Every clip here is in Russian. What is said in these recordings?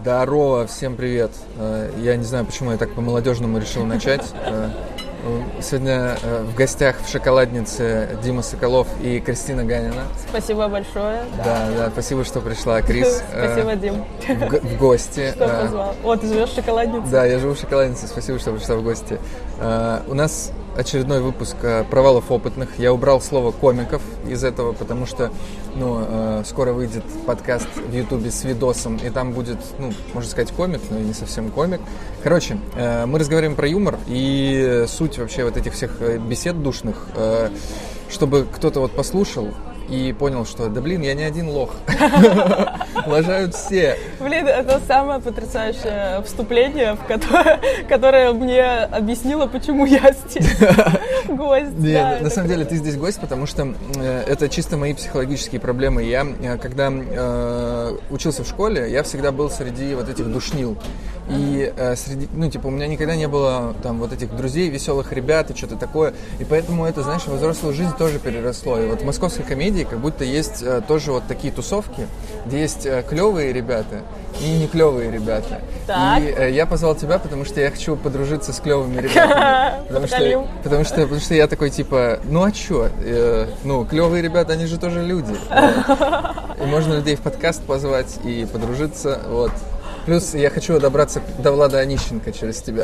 Здорово, всем привет. Я не знаю, почему я так по-молодежному решил начать. Сегодня в гостях в шоколаднице Дима Соколов и Кристина Ганина. Спасибо большое. Да, спасибо, что пришла, Крис. Спасибо, Дим. В гости. Что позвал? О, ты живешь в шоколаднице? Да, я живу в шоколаднице. Спасибо, что пришла в гости. У нас очередной выпуск «Провалов опытных». Я убрал слово «комиков» из этого, потому что скоро выйдет подкаст в Ютубе с видосом, и там будет, можно сказать, комик, но и не совсем комик. Короче, мы разговариваем про юмор, и суть вообще вот этих всех бесед душных, чтобы кто-то вот послушал и понял, что, я не один лох. Лажают все. Это самое потрясающее вступление, которое мне объяснило, почему я здесь гость. Нет, на самом деле ты здесь гость, потому что это чисто мои психологические проблемы. Я, когда учился в школе, я всегда был среди вот этих душнил. И среди, у меня никогда не было там вот этих друзей, веселых ребят и что-то такое. И поэтому это, знаешь, во взрослую жизнь тоже переросло. И вот в московской комедии как будто есть тоже вот такие тусовки, где есть клевые ребята и не клевые ребята. Так. И я позвал тебя, потому что я хочу подружиться с клевыми ребятами. Потому что я такой типа, а чё? Клевые ребята, они же тоже люди. И можно людей в подкаст позвать и подружиться, вот. Плюс я хочу добраться до Влада Онищенко через тебя.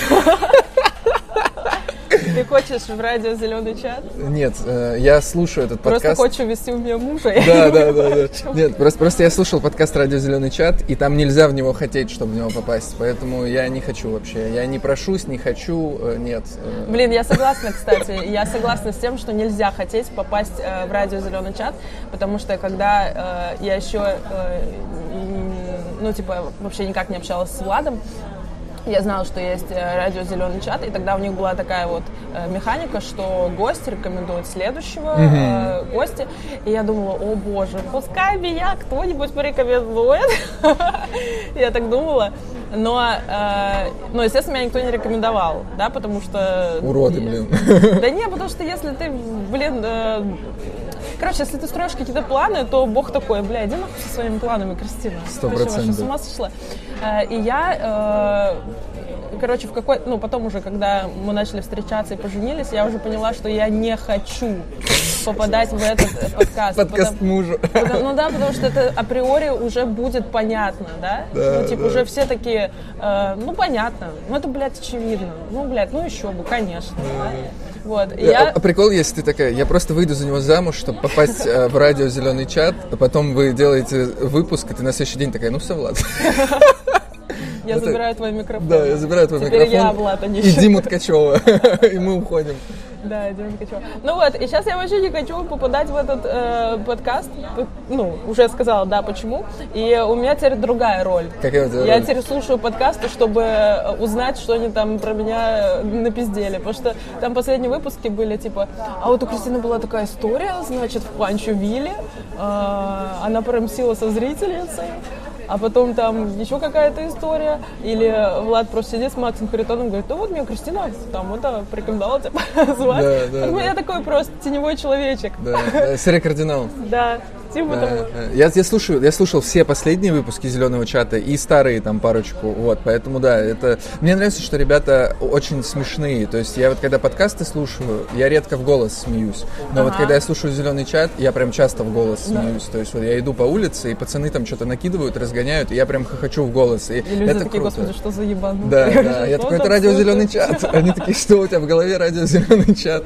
Ты хочешь в радио «Зеленый чат»? Нет, я слушаю этот подкаст. Просто хочешь увести у меня мужа? Да. Нет, просто я слушал подкаст «Радио Зеленый чат», и там нельзя в него хотеть, чтобы в него попасть. Поэтому я не хочу вообще. Я не прошусь, не хочу, нет. Я согласна, кстати. Я согласна с тем, что нельзя хотеть попасть в радио «Зеленый чат», потому что когда я еще, вообще никак не общалась с Владом, я знала, что есть радио «Зеленый чат», и тогда у них была такая вот механика, что гость рекомендует следующего гостя. И я думала, о боже, пускай меня кто-нибудь порекомендует. Я так думала. Но, естественно, меня никто не рекомендовал, да, потому что... Уроды, блин. Да не, потому что если ты, если ты строишь какие-то планы, то Бог такой, иди нахуй со своими планами, Кристина. 100%. С ума сошла. И я... потом уже, когда мы начали встречаться и поженились, я уже поняла, что я не хочу попадать в этот подкаст. Подкаст мужу. Потому что это априори уже будет понятно, да? Уже все такие, понятно, это, очевидно. Еще бы, конечно. Вот. Прикол, если ты такая, я просто выйду за него замуж, чтобы попасть в радио «Зеленый чат», а потом вы делаете выпуск, и ты на следующий день такая, все, Влад. Я забираю твой микрофон. Да, я забираю твой Теперь микрофон. Я, Влад, а не еще. И Диму Ткачева. И мы уходим. Да, Дима Ткачева. И сейчас я вообще не хочу попадать в этот подкаст. Уже сказала, да, почему. И у меня теперь другая роль. Какая у тебя роль? Я теперь слушаю подкасты, чтобы узнать, что они там про меня напиздели. Потому что там последние выпуски были, а вот у Кристины была такая история, значит, в Панчо-Вилле. Она промсила со зрительницей. А потом там еще какая-то история. Или Влад просто сидит с Максом Харитоном и говорит, меня Кристина там порекомендовала тебя звать. Да. Я такой просто теневой человечек. Да, серый кардинал. Да. Я слушал все последние выпуски «Зеленого чата» и старые там парочку, поэтому да, это... Мне нравится, что ребята очень смешные, то есть я когда подкасты слушаю, я редко в голос смеюсь, но когда я слушаю «Зеленый чат», я прям часто в голос смеюсь, то есть я иду по улице, и пацаны там что-то накидывают, разгоняют, и я прям хохочу в голос, и люди это такие, круто. Господи, что за ебан? Да, я такой, это радио «Зеленый чат», они такие, что у тебя в голове радио «Зеленый чат»?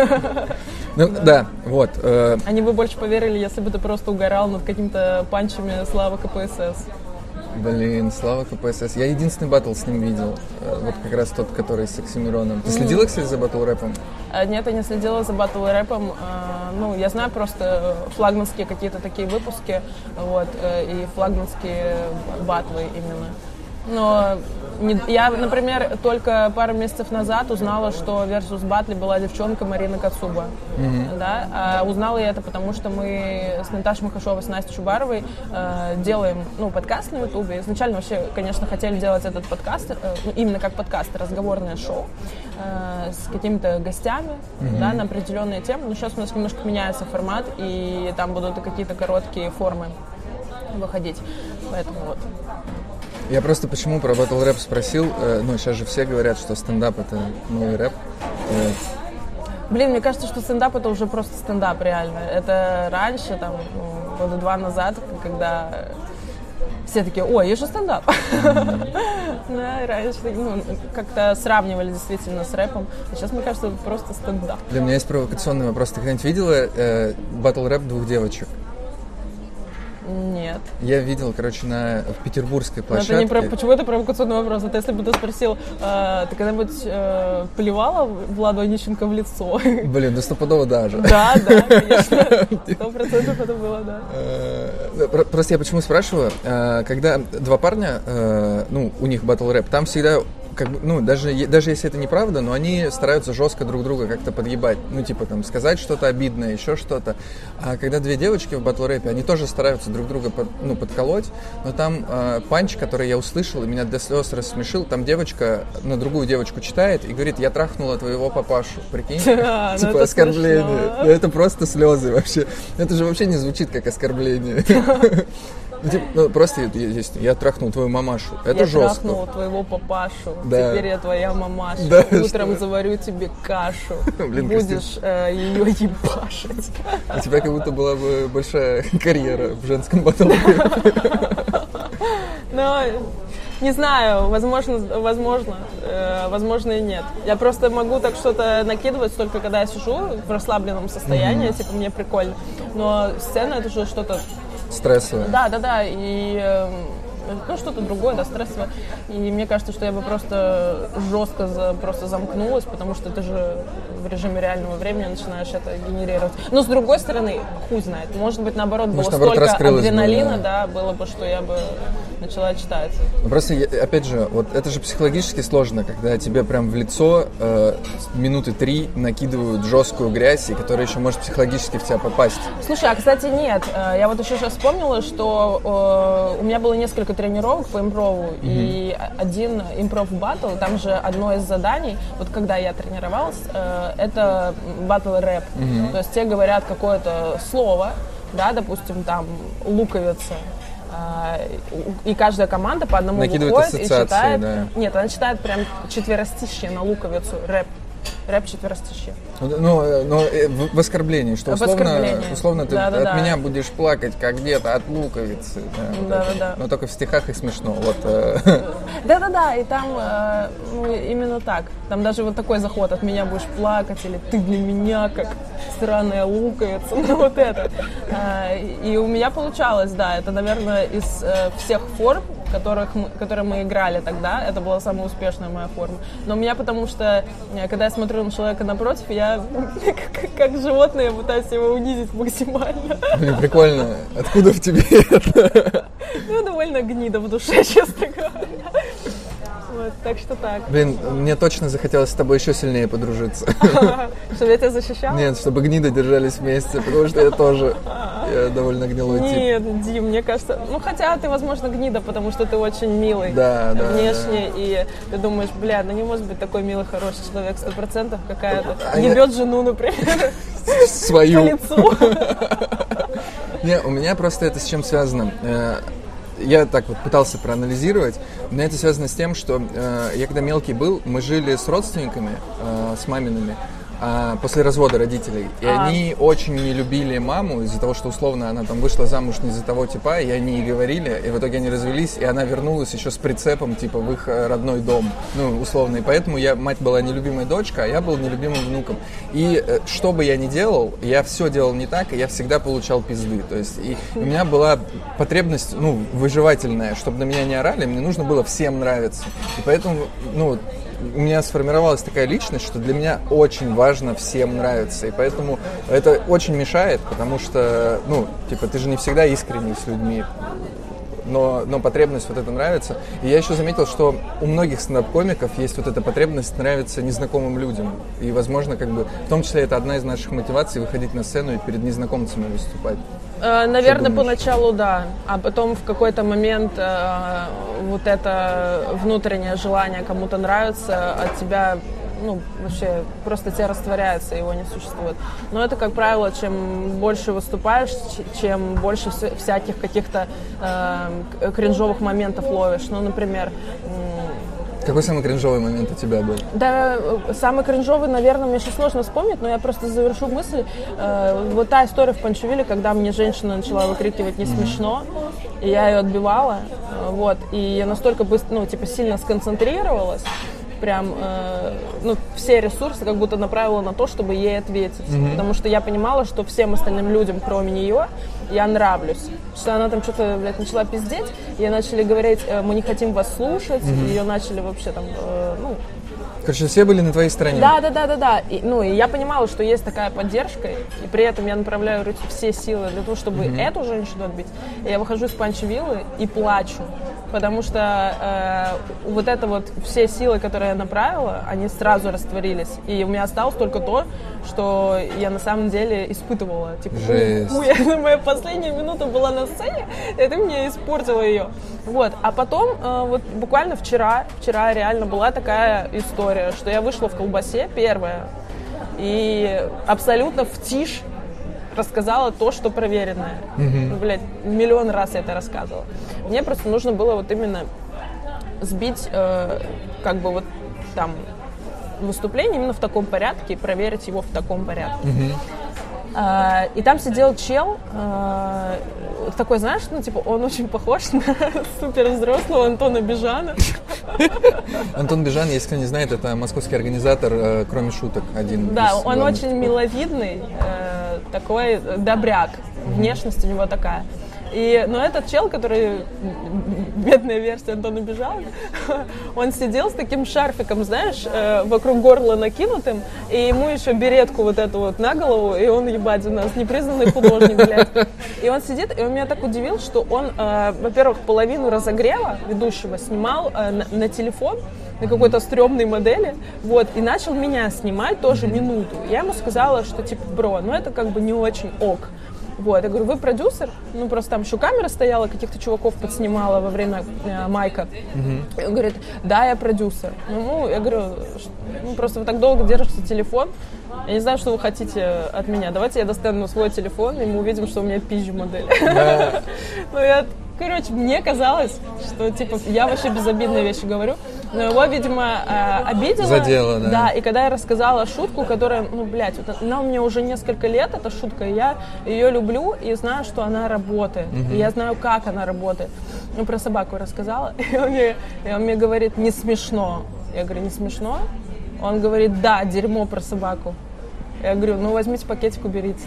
Они бы больше поверили, если бы ты просто угорал над какими-то панчами Славы КПСС. Слава КПСС. Я единственный баттл с ним видел. Как раз тот, который с Оксимироном. Ты следила, кстати, за баттл-рэпом? Нет, я не следила за баттл-рэпом. Я знаю просто флагманские какие-то такие выпуски, и флагманские баттлы именно. Но я, например, только пару месяцев назад узнала, что Versus Battle была девчонка Марина Кацуба. Да? А узнала я это потому, что мы с Наташей Махашовой, с Настей Чубаровой делаем подкаст на Ютубе. Изначально вообще, конечно, хотели делать этот подкаст, именно как подкаст, разговорное шоу с какими-то гостями, да, на определенные темы. Но сейчас у нас немножко меняется формат, и там будут и какие-то короткие формы выходить. Поэтому Я просто почему про батл рэп спросил, ну, сейчас же все говорят, что стендап это новый рэп. Блин, мне кажется, что стендап это уже просто стендап, реально. Это раньше, там, года 2 назад, когда все такие, ой, есть же стендап. Да, раньше как-то сравнивали действительно с рэпом. А сейчас, мне кажется, это просто стендап. Для меня есть провокационный вопрос. Ты когда-нибудь видела батл рэп 2 девочек? Нет. Я видел, короче, в петербургской площадке. Почему это провокационный вопрос? Это если бы ты спросил, ты когда-нибудь плевала Владу Онищенко в лицо? Блин, да стопудово даже. Да, конечно. 100% это было, да. Просто я почему спрашиваю, когда 2 парня, ну, у них батл рэп, там всегда как бы, ну, даже если это неправда, но они стараются жестко друг друга как-то подъебать. Ну, типа, там, сказать что-то обидное, еще что-то. А когда 2 девочки в батл-рэпе, они тоже стараются друг друга подколоть, но там панч, который я услышал и меня до слез рассмешил, там девочка на другую девочку читает и говорит, я трахнула твоего папашу, прикинь? Типа, оскорбление. Это просто слезы вообще. Это же вообще не звучит как оскорбление. Ну, просто есть, я трахнул твою мамашу. Это жестко. Я трахнул твоего папашу. Да. Теперь я твоя мамаша. Да, утром заварю тебе кашу. Блин, будешь ее ебашить. У тебя как будто была бы большая карьера в женском батле. Ну, не знаю, возможно и нет. Я просто могу так что-то накидывать только когда я сижу в расслабленном состоянии, типа мне прикольно. Но сцена это уже что-то стрессовое. Да, и ну, что-то другое, да, стрессовое. И мне кажется, что я бы просто жестко просто замкнулась, потому что ты же в режиме реального времени начинаешь это генерировать. Но с другой стороны, хуй знает, может быть, наоборот, было столько адреналина, да, было бы, что я бы начала читать. Просто, опять же, вот это же психологически сложно, когда тебе прям в лицо минуты 3 накидывают жесткую грязь, и которая еще может психологически в тебя попасть. Слушай, а, кстати, нет. Я вот еще сейчас вспомнила, что у меня было несколько тренировок по импрову, и один импров-баттл, там же одно из заданий, вот когда я тренировалась, это батл-рэп. То есть те говорят какое-то слово, да, допустим, там, луковица, и каждая команда по одному выходит и читает. Да. Нет, она читает прям четверостишье на луковицу, рэп четверостишье. Ну, в оскорблении, что условно ты от меня будешь плакать, как где-то от луковицы. Да. Но только в стихах и смешно. Вот. Да, и там именно так. Там даже вот такой заход, от меня будешь плакать, или ты для меня как странная луковица, ну вот это. И у меня получалось, да, это, наверное, из всех форм, которые мы играли тогда, это была самая успешная моя форма. Но у меня, потому что, когда я смотрю на человека напротив, я как животное пытаюсь его унизить максимально. Блин, прикольно. Откуда в тебе это? Ну, довольно гнида в душе, честно говоря. Вот, так что так. Блин, мне точно захотелось с тобой еще сильнее подружиться. Чтобы я тебя защищала? Нет, чтобы гниды держались вместе, потому что я тоже довольно гнилой тип. Нет, Дим, мне кажется... Ну, хотя ты, возможно, гнида, потому что ты очень милый внешне, и ты думаешь, бля, ну не может быть такой милый, хороший человек, 100%, какая-то ебет жену, например, свою. По лицу. Не, у меня просто это с чем связано? Я так вот пытался проанализировать. У меня это связано с тем, что я когда мелкий был, мы жили с родственниками, с мамиными, после развода родителей. И они очень не любили маму из-за того, что условно она там вышла замуж не за того типа, и они ей говорили, и в итоге они развелись, и она вернулась еще с прицепом типа в их родной дом, ну условно. И поэтому мать была нелюбимой дочкой, а я был нелюбимым внуком. И что бы я ни делал, я все делал не так, и я всегда получал пизды. То есть и у меня была потребность, ну, выживательная, чтобы на меня не орали, мне нужно было всем нравиться. И поэтому, ну, у меня сформировалась такая личность, что для меня очень важно всем нравиться. И поэтому это очень мешает, потому что, ну, типа, ты же не всегда искренний с людьми. Но потребность вот это нравится. И я еще заметил, что у многих стендап-комиков есть вот эта потребность нравиться незнакомым людям. И, возможно, как бы, в том числе это одна из наших мотиваций выходить на сцену и перед незнакомцами выступать. Наверное, поначалу да, а потом в какой-то момент вот это внутреннее желание кому-то нравиться от тебя вообще просто тебя растворяется, его не существует. Но это, как правило, чем больше выступаешь, чем больше всяких каких-то кринжовых моментов ловишь. Ну, например... Какой самый кринжовый момент у тебя был? Да, самый кринжовый, наверное, мне сейчас сложно вспомнить, но я просто завершу мысль. Вот та история в Панчевиле, когда мне женщина начала выкрикивать «не смешно», и я ее отбивала, вот, и я настолько быстро, сильно сконцентрировалась, прям, все ресурсы как будто направила на то, чтобы ей ответить. Потому что я понимала, что всем остальным людям, кроме нее, я нравлюсь. Что она там что-то, начала пиздеть, ей начали говорить, мы не хотим вас слушать, ее начали вообще там, Короче, все были на твоей стороне. Да. И я понимала, что есть такая поддержка, и при этом я направляю все силы для того, чтобы эту женщину отбить. И я выхожу из Панчевиллы и плачу, потому что вот это вот все силы, которые я направила, они сразу растворились. И у меня осталось только то, что я на самом деле испытывала. Типа, моя последняя минута была на сцене, и ты мне испортила ее. Вот. А потом, вот буквально вчера реально была такая история, что я вышла в колбасе первая и абсолютно в тишь рассказала то, что проверенное. Миллион раз я это рассказывала. Мне просто нужно было вот именно сбить выступление именно в таком порядке и проверить его в таком порядке. И там сидел чел, такой, знаешь, он очень похож на супер взрослого Антона Бежана. Антон Бежан, если кто не знает, это московский организатор «Кроме шуток», один. Да, он очень миловидный, такой добряк, внешность у него такая. Но этот чел, который бедная версия Антона Бежана, он сидел с таким шарфиком, знаешь, вокруг горла накинутым, и ему еще беретку вот эту вот на голову, и он, ебать, у нас непризнанный художник, блядь. И он сидит, и он меня так удивил, что он, во-первых, половину разогрева ведущего снимал на телефон, на какой-то стрёмной модели, вот, и начал меня снимать тоже минуту. Я ему сказала, что, бро, это как бы не очень ок. Вот, я говорю, вы продюсер? Просто там еще камера стояла, каких-то чуваков подснимала во время майка. Он говорит, да, я продюсер. Я говорю, просто вы так долго держите телефон, я не знаю, что вы хотите от меня. Давайте я достану свой телефон, и мы увидим, что у меня пизжи-модель. Короче, мне казалось, что, я вообще безобидные вещи говорю, но его, видимо, обидела. Задело, да. Да, и когда я рассказала шутку, которая, она у меня уже несколько лет, эта шутка, и я ее люблю и знаю, что она работает. И я знаю, как она работает. Про собаку рассказала, и он мне говорит, не смешно. Я говорю, не смешно? Он говорит, да, дерьмо про собаку. Я говорю, возьмите пакетик, уберите.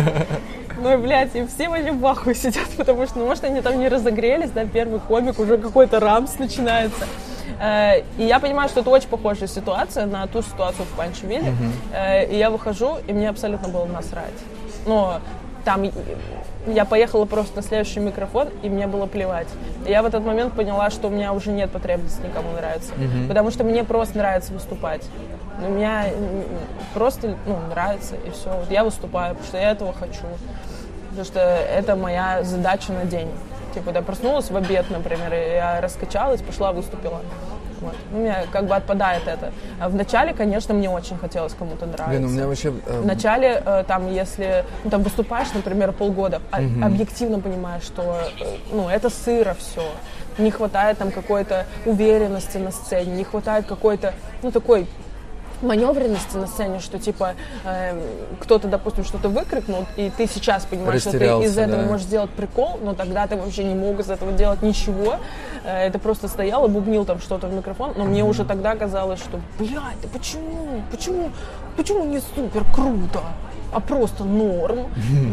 И все вообще в ахуе сидят, потому что, может, они там не разогрелись, да, первый комик, уже какой-то рамс начинается. И я понимаю, что это очень похожая ситуация на ту ситуацию в Панчевилле. И я выхожу, и мне абсолютно было насрать. Но там я поехала просто на следующий микрофон, и мне было плевать. И я в этот момент поняла, что у меня уже нет потребности никому нравиться. Потому что мне просто нравится выступать. Мне просто нравится, и все. Вот я выступаю, потому что я этого хочу. Потому что это моя задача на день. Я проснулась в обед, например, и я раскачалась, пошла, выступила. Вот. У меня как бы отпадает это. А вначале, конечно, мне очень хотелось кому-то нравиться. У меня вообще... Вначале, если выступаешь, например, полгода, объективно понимаешь, что это сыро все. Не хватает там какой-то уверенности на сцене, не хватает какой-то, такой... маневренности на сцене, что кто-то, допустим, что-то выкрикнул, и ты сейчас понимаешь, что ты из этого можешь сделать прикол, но тогда ты вообще не мог из этого делать ничего. Это просто стоял и бубнил там что-то в микрофон, но мне уже тогда казалось, что, блядь, да почему не супер круто, а просто норм.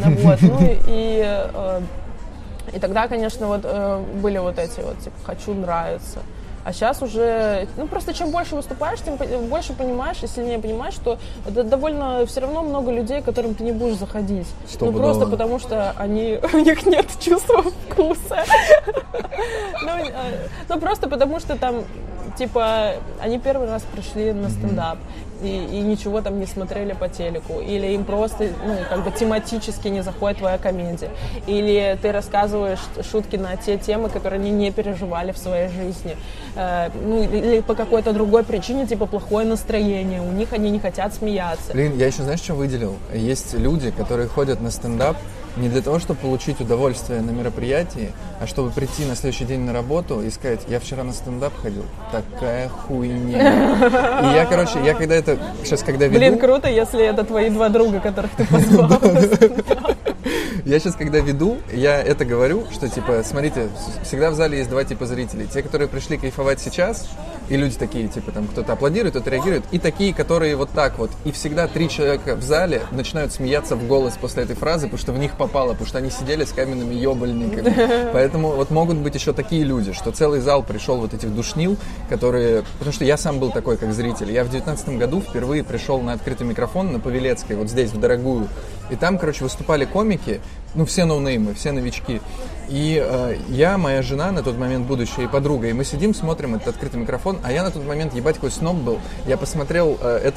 И тогда, конечно, были эти хочу нравиться. А сейчас уже, просто чем больше выступаешь, тем больше понимаешь и сильнее понимаешь, что это довольно все равно много людей, которым ты не будешь заходить. Просто потому что у них нет чувства вкуса. Просто потому что там типа, они первый раз пришли на стендап, и ничего там не смотрели по телеку, или им просто, ну, как бы тематически не заходит твоя комедия, или ты рассказываешь шутки на те темы, которые они не переживали в своей жизни, ну, или по какой-то другой причине, типа плохое настроение, у них они не хотят смеяться. Блин, я еще, знаешь, что выделил? Есть люди, которые ходят на стендап не для того, чтобы получить удовольствие на мероприятии, а чтобы прийти на следующий день на работу и сказать: я вчера на стендап ходил, такая хуйня. И я, короче, когда веду... Блин, круто, если это твои два друга, которых ты позвал на стендап. Я сейчас, когда веду, я это говорю, что, типа, смотрите, всегда в зале есть два типа зрителей. Те, которые пришли кайфовать сейчас, и люди такие, типа, там, кто-то аплодирует, кто-то реагирует, и такие, которые вот так вот. И всегда 3 человека в зале начинают смеяться в голос после этой фразы, потому что в них попало, потому что они сидели с каменными ёбальниками. Поэтому вот могут быть еще такие люди, что целый зал пришел вот этих душнил, которые... Потому что я сам был такой, как зритель. Я в 2019 году впервые пришел на открытый микрофон на Павелецкой, вот здесь, в Дорогую. И там, короче, выступали комики, ну, все ноунеймы, все новички. И я, моя жена, на тот момент будущая, и подруга, и мы сидим, смотрим этот открытый микрофон, а я на тот момент, ебать, какой сноб был. Я посмотрел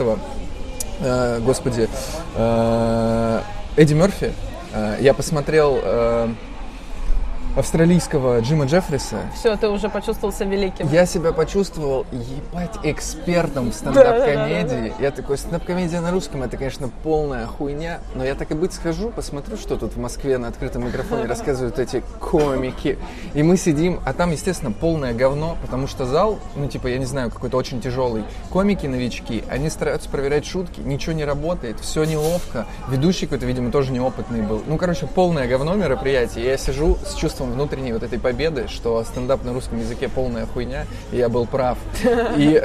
Эдди Мерфи, я посмотрел австралийского Джима Джеффриса. Все, ты уже почувствовал себя великим. Я себя почувствовал, ебать, экспертом в стендап-комедии. Я такой: стендап-комедия на русском — это, конечно, полная хуйня, но я так и быть схожу, посмотрю, что тут в Москве на открытом микрофоне рассказывают эти комики. И мы сидим, а там, естественно, полное говно, потому что зал, ну, типа, я не знаю, какой-то очень тяжелый. Комики-новички, они стараются проверять шутки, ничего не работает, все неловко. Ведущий какой-то, видимо, тоже неопытный был. Ну, короче, полное говно мероприятие. И я сижу с чувством внутренней вот этой победы, что стендап на русском языке полная хуйня, и я был прав. И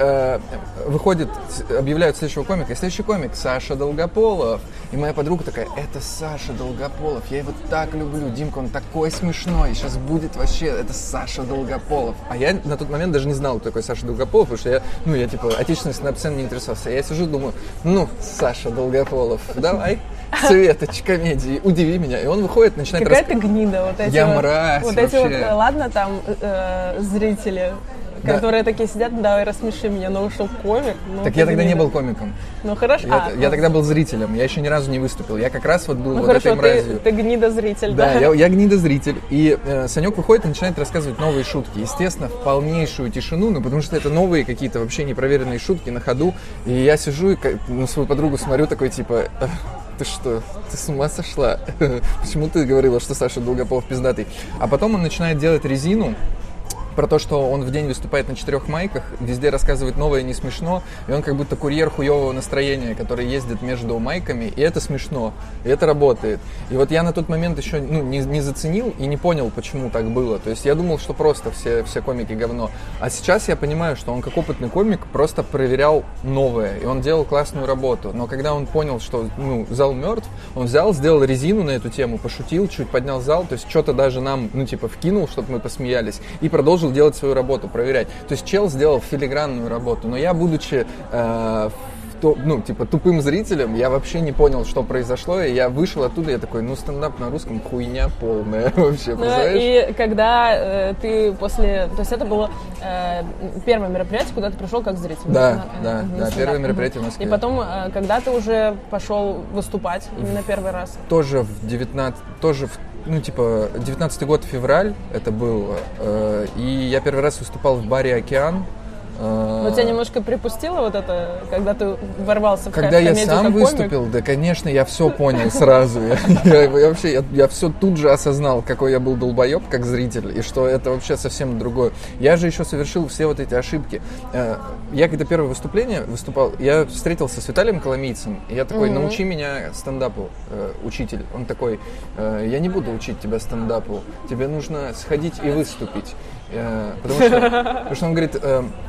объявляют следующего комика, и следующий комик — Саша Долгополов. И моя подруга такая: это Саша Долгополов, я его так люблю, Димка, он такой смешной, сейчас будет вообще, это Саша Долгополов. А я на тот момент даже не знал, кто такой Саша Долгополов, потому что я типа, отечественной стендап-сценой не интересовался. Я сижу, думаю: ну, Саша Долгополов, давай, Светоч комедии, удиви меня. И он выходит, начинает Какая-то гнида, вот эти я мразь вот эти вообще. Вот, ладно, там зрители, да, которые такие сидят: давай рассмеши меня, но ушел комик. Ну, так я тогда не был комиком. Ну хорошо. Я тогда был зрителем, я еще ни разу не выступил. Я как раз вот был вот хорошо, этой мразью. Ты гнида-зритель, да? Да, я гнида-зритель. И Санек выходит и начинает рассказывать новые шутки. Естественно, в полнейшую тишину, ну потому что это новые какие-то вообще непроверенные шутки на ходу. И я сижу и на свою подругу смотрю такой, типа: ты что, ты с ума сошла? Почему ты говорила, что Саша Долгополов пиздатый? А потом он начинает делать резину про то, что он в день выступает на 4 майках, везде рассказывает новое, не смешно, и он как будто курьер хуевого настроения, который ездит между майками, и это смешно, и это работает. И вот я на тот момент еще не заценил и не понял, почему так было. То есть я думал, что просто все комики говно. А сейчас я понимаю, что он как опытный комик просто проверял новое, и он делал классную работу. Но когда он понял, что зал мертв, он взял, сделал резину на эту тему, пошутил, чуть поднял зал, то есть что-то даже нам, вкинул, чтобы мы посмеялись, и продолжил делать свою работу, проверять. То есть чел сделал филигранную работу, но я, будучи тупым зрителем, я вообще не понял, что произошло, и я вышел оттуда, я такой: стендап на русском хуйня полная вообще, представляешь? И когда ты после... То есть это было первое мероприятие, куда ты пришел как зритель? Да, первое мероприятие в Москве. И потом, когда ты уже пошел выступать, именно первый раз? Тоже в 19-й год, февраль это был, и я первый раз выступал в баре «Океан». Но тебя немножко припустило вот это, когда ты ворвался в когда я комедию сам как выступил, комик? да, конечно, я все понял сразу. Я все тут же осознал, какой я был долбоеб как зритель, и что это вообще совсем другое. Я же еще совершил все вот эти ошибки. Я когда первое выступление выступал, я встретился с Виталием Коломийцем, и я такой: научи меня стендапу, учитель. Он такой: я не буду учить тебя стендапу, тебе нужно сходить и выступить. Потому что он говорит: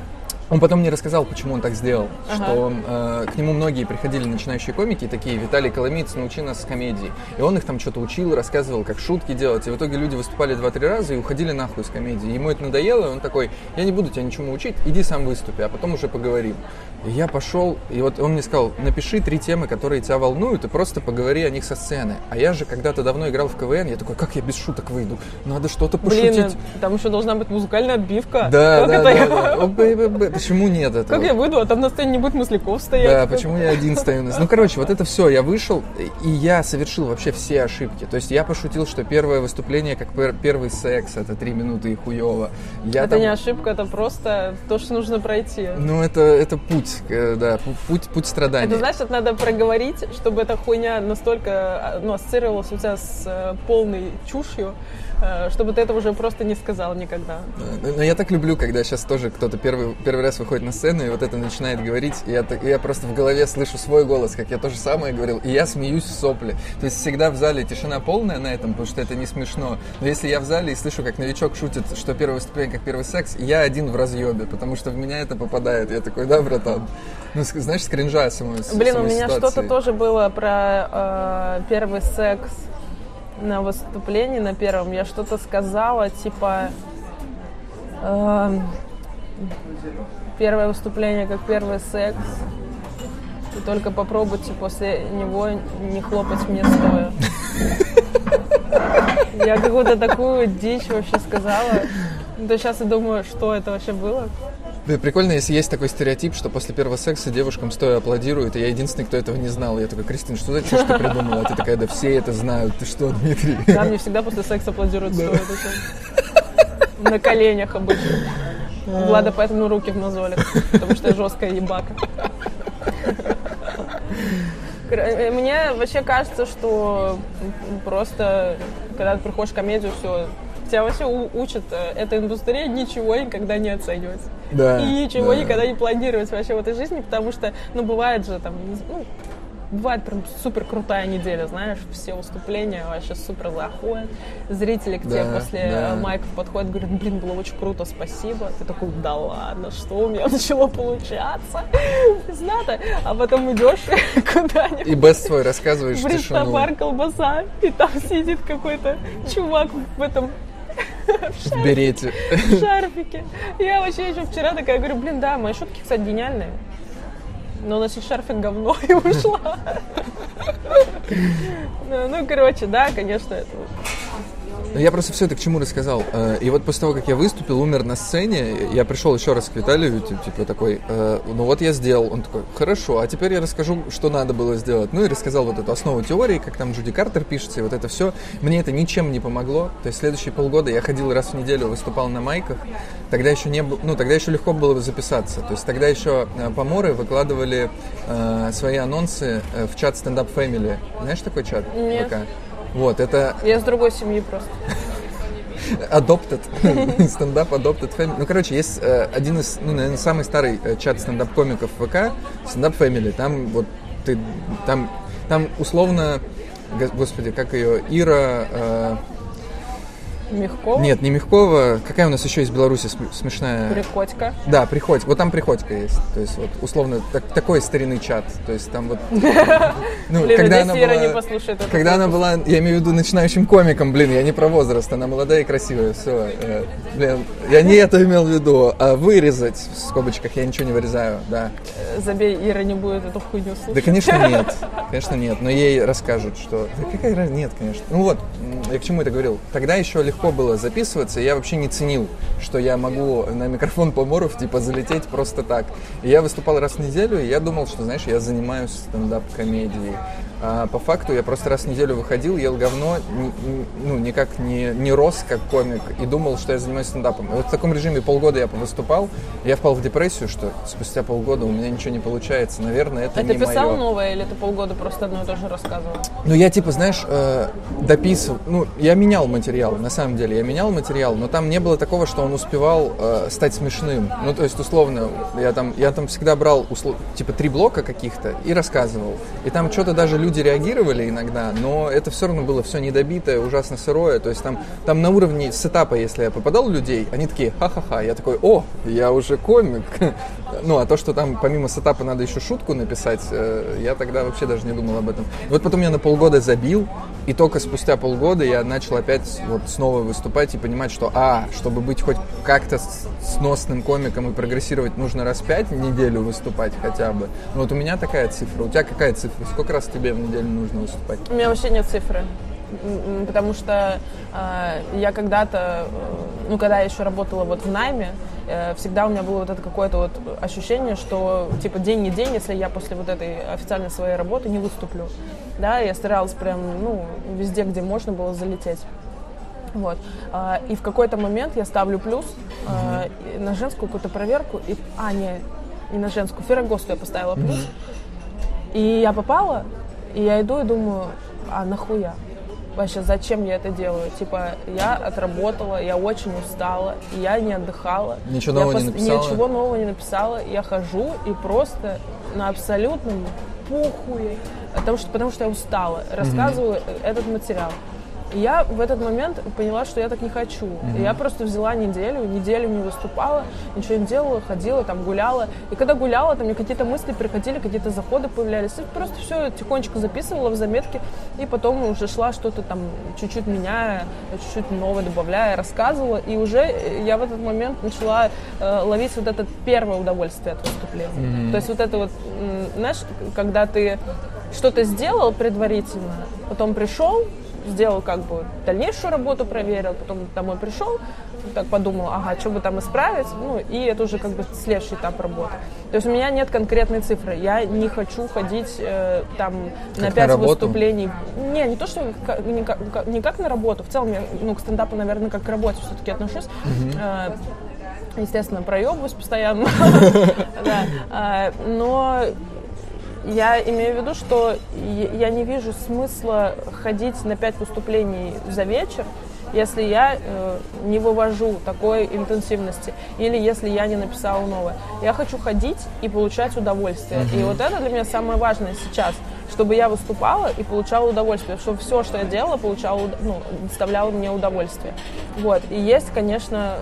Он потом мне рассказал, почему он так сделал, что к нему многие приходили начинающие комики, такие: Виталий Коломиец, научи нас комедии. И он их там что-то учил, рассказывал, как шутки делать. И в итоге люди выступали 2-3 раза и уходили нахуй из комедии. Ему это надоело, и он такой: я не буду тебя ничему учить, иди сам выступи, а потом уже поговорим. И я пошел, и вот он мне сказал: напиши 3 темы, которые тебя волнуют, и просто поговори о них со сцены. А я же когда-то давно играл в КВН, я такой: как я без шуток выйду? Надо что-то пошутить. Блин, там еще должна быть музыкальная отбивка. Да. Почему нет этого? Как я выйду, а там на сцене не будет Масляков стоять? Да, почему я один стою? Ну, короче, вот это все. Я вышел, и я совершил вообще все ошибки. То есть я пошутил, что первое выступление как первый секс, это 3 минуты и хуево. Это не ошибка, это просто то, что нужно пройти. Ну, это путь, да, путь страданий. Это, значит, надо проговорить, чтобы эта хуйня настолько ассоциировалась у тебя с полной чушью, чтобы ты это уже просто не сказал никогда. Но я так люблю, когда сейчас тоже кто-то первый раз выходит на сцену и вот это начинает говорить, и я просто в голове слышу свой голос, как я то же самое говорил, и я смеюсь в сопли. То есть всегда в зале тишина полная на этом, потому что это не смешно. Но если я в зале и слышу, как новичок шутит, что первое выступление как первый секс, я один в разъебе, потому что в меня это попадает. Я такой: да, братан. Ну, знаешь, с кринжа самой Блин, у меня ситуации. что-то тоже было про первый секс на выступлении на первом. Я что-то сказала, типа... первое выступление как первый секс. И только попробуйте после него не хлопать мне стоя. Я какую-то такую дичь вообще сказала. Да сейчас я думаю, что это вообще было. Да, прикольно, если есть такой стереотип, что после первого секса девушкам стоя аплодируют, и я единственный, кто этого не знал. Я такой: Кристина, что за чушь ты придумала? А ты такая: да все это знают. Ты что, Дмитрий? Да, мне всегда после секса аплодируют стоя. На коленях обычно. Влада поэтому руки в мозолях, потому что я жесткая ебака. Мне вообще кажется, что просто, когда ты приходишь в комедию, все, тебя вообще учат эта индустрия ничего никогда не оценивать. Да, и ничего никогда не планировать вообще в этой жизни, потому что, бывает же там, бывает прям супер крутая неделя, знаешь, все выступления вообще супер заходят, зрители к тебе после майков подходят, говорят: блин, было очень круто, спасибо. Ты такой: да ладно, что у меня начало получаться, знато, а потом идешь куда-нибудь. И бест свой рассказываешь в тишину. Бар, колбаса, и там сидит какой-то чувак в этом... В берете. В шарфике. Я вообще еще вчера такая говорю: блин, да, мои шутки, кстати, гениальные. Но у нас есть шарфик говно, и ушла. Ну, короче, да, конечно, это... Я просто все это к чему рассказал. И вот после того, как я выступил, умер на сцене, я пришел еще раз к Виталию, типа такой: ну вот я сделал. Он такой: хорошо, а теперь я расскажу, что надо было сделать. Ну и рассказал вот эту основу теории, как там Джуди Картер пишется, и вот это все. Мне это ничем не помогло. То есть следующие полгода я ходил раз в неделю, выступал на майках. Тогда еще не было, тогда еще легко было записаться. То есть тогда еще поморы выкладывали свои анонсы в чат Stand Up Family. Знаешь такой чат? Нет. ВК? Вот, это... Я с другой семьи просто. Adopted. Stand-up Adopted Family. Ну, короче, есть один из, наверное, самый старый чат стендап-комиков ВК, Stand-up Family. Там вот ты... Там условно... Господи, как ее? Ира... Мягкова? Нет, не Мягкова. Какая у нас еще из Беларуси смешная? Приходько. Да, Приходько. Вот там Приходько есть. То есть вот условно такой старинный чат. То есть там вот... Блин, когда она была, не послушает это. Когда она была, я имею в виду начинающим комиком, я не про возраст, она молодая и красивая, все. Я не это имел в виду, а вырезать в скобочках я ничего не вырезаю, да. Забей, Ира не будет эту хуйню слушать. Да, конечно нет, но ей расскажут, что... Да какая разница? Нет, конечно. Ну вот, я к чему это говорил. Тогда еще легко было записываться, и я вообще не ценил, что я могу на микрофон поморов, залететь просто так. И я выступал раз в неделю, и я думал, что, знаешь, я занимаюсь стендап-комедией. А по факту я просто раз в неделю выходил, ел говно, никак не рос как комик, и думал, что я занимаюсь стендапом. И вот в таком режиме полгода я повыступал, и я впал в депрессию, что спустя полгода у меня ничего не получается. Наверное, это не мое. А ты писал новое, или ты полгода просто одно и то же рассказывал? Я знаешь, дописывал, я менял материал, на самом деле, я менял материал, но там не было такого, что он успевал стать смешным. То есть, условно, я там всегда брал, 3 блока каких-то и рассказывал. И там что-то даже люди люди реагировали иногда, но это все равно было все недобитое, ужасно сырое. То есть там на уровне сетапа, если я попадал у людей, они такие, ха-ха-ха. Я такой, о, я уже комик. Ну, а то, что там помимо сетапа надо еще шутку написать, я тогда вообще даже не думал об этом. Вот потом я на полгода забил, и только спустя полгода я начал опять вот снова выступать и понимать, что, чтобы быть хоть как-то сносным комиком и прогрессировать, нужно раз 5 в неделю выступать хотя бы. Ну, вот у меня такая цифра. У тебя какая цифра? Сколько раз тебе в неделю нужно выступать? У меня вообще нет цифры. Потому что я когда-то, когда я еще работала вот в найме, всегда у меня было вот это какое-то вот ощущение, что типа день не день, если я после вот этой официальной своей работы не выступлю. Да, я старалась прям, везде, где можно было залететь. Вот. И в какой-то момент я ставлю плюс на женскую какую-то проверку. Не на женскую, Феррагосту я поставила плюс. И я попала, и я иду и думаю, нахуя? Вообще, зачем я это делаю? Типа, я отработала, я очень устала, я не отдыхала. Ничего нового не написала? Ничего нового не написала. Я хожу и просто на абсолютном похуе, потому что я устала, рассказываю этот материал. И я в этот момент поняла, что я так не хочу. И я просто взяла неделю не выступала, ничего не делала, ходила, там гуляла. И когда гуляла, там мне какие-то мысли приходили, какие-то заходы появлялись. И просто все тихонечко записывала в заметки, и потом уже шла что-то там, чуть-чуть меняя, чуть-чуть новое добавляя, рассказывала. И уже я в этот момент начала ловить вот это первое удовольствие от выступления. То есть вот это вот, знаешь, когда ты что-то сделал предварительно, потом пришел, сделал как бы дальнейшую работу, проверил, потом домой пришел, так подумал, что бы там исправить, и это уже как бы следующий этап работы. То есть у меня нет конкретной цифры, я не хочу ходить там на 5 выступлений. Не то, что не как на работу, в целом я к стендапу, наверное, как к работе все-таки отношусь. Естественно, проебываюсь постоянно, но я имею в виду, что я не вижу смысла ходить на 5 выступлений за вечер, если я не вывожу такой интенсивности или если я не написала новое. Я хочу ходить и получать удовольствие. И вот это для меня самое важное сейчас, чтобы я выступала и получала удовольствие, чтобы все, что я делала, доставляло мне удовольствие. Вот. И есть, конечно,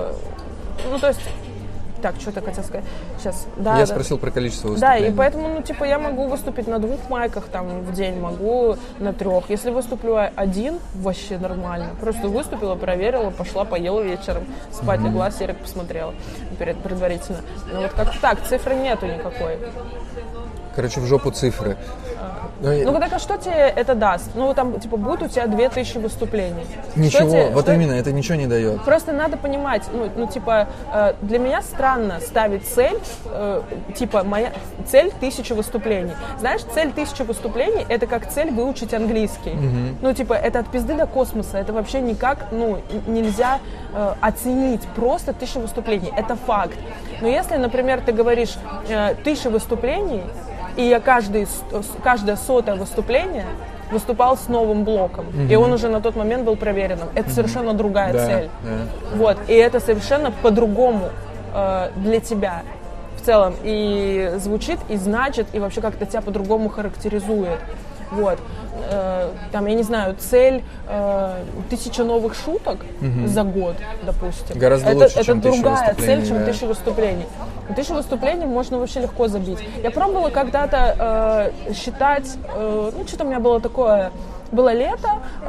Так, что-то хотел сказать. Сейчас. Я спросил про количество выступлений. Да, и поэтому, я могу выступить на 2 майках там в день, могу на 3. Если выступлю 1, вообще нормально. Просто выступила, проверила, пошла, поела вечером, спать легла, сериал посмотрела предварительно. Но вот как-то так, цифры нету никакой. Короче, в жопу цифры. Так что тебе это даст? Будет у тебя 2000 выступлений. Ничего, именно, это ничего не дает. Просто надо понимать, для меня странно ставить цель, моя цель 1000 выступлений. Знаешь, цель 1000 выступлений, это как цель выучить английский. Это от пизды до космоса, это вообще никак, нельзя оценить просто 1000 выступлений, это факт. Но если, например, ты говоришь 1000 выступлений, и я каждое 100-е выступление выступал с новым блоком. И он уже на тот момент был проверенным. Это совершенно другая цель. Вот. И это совершенно по-другому для тебя в целом. И звучит, и значит, и вообще как-то тебя по-другому характеризует. Вот. Я не знаю, цель 1000 новых шуток за год, допустим. Гораздо лучше, чем 1000 выступлений. Это другая цель, чем 1000 выступлений. 1000 выступлений можно вообще легко забить. Я пробовала когда-то считать, что-то у меня было такое, было лето,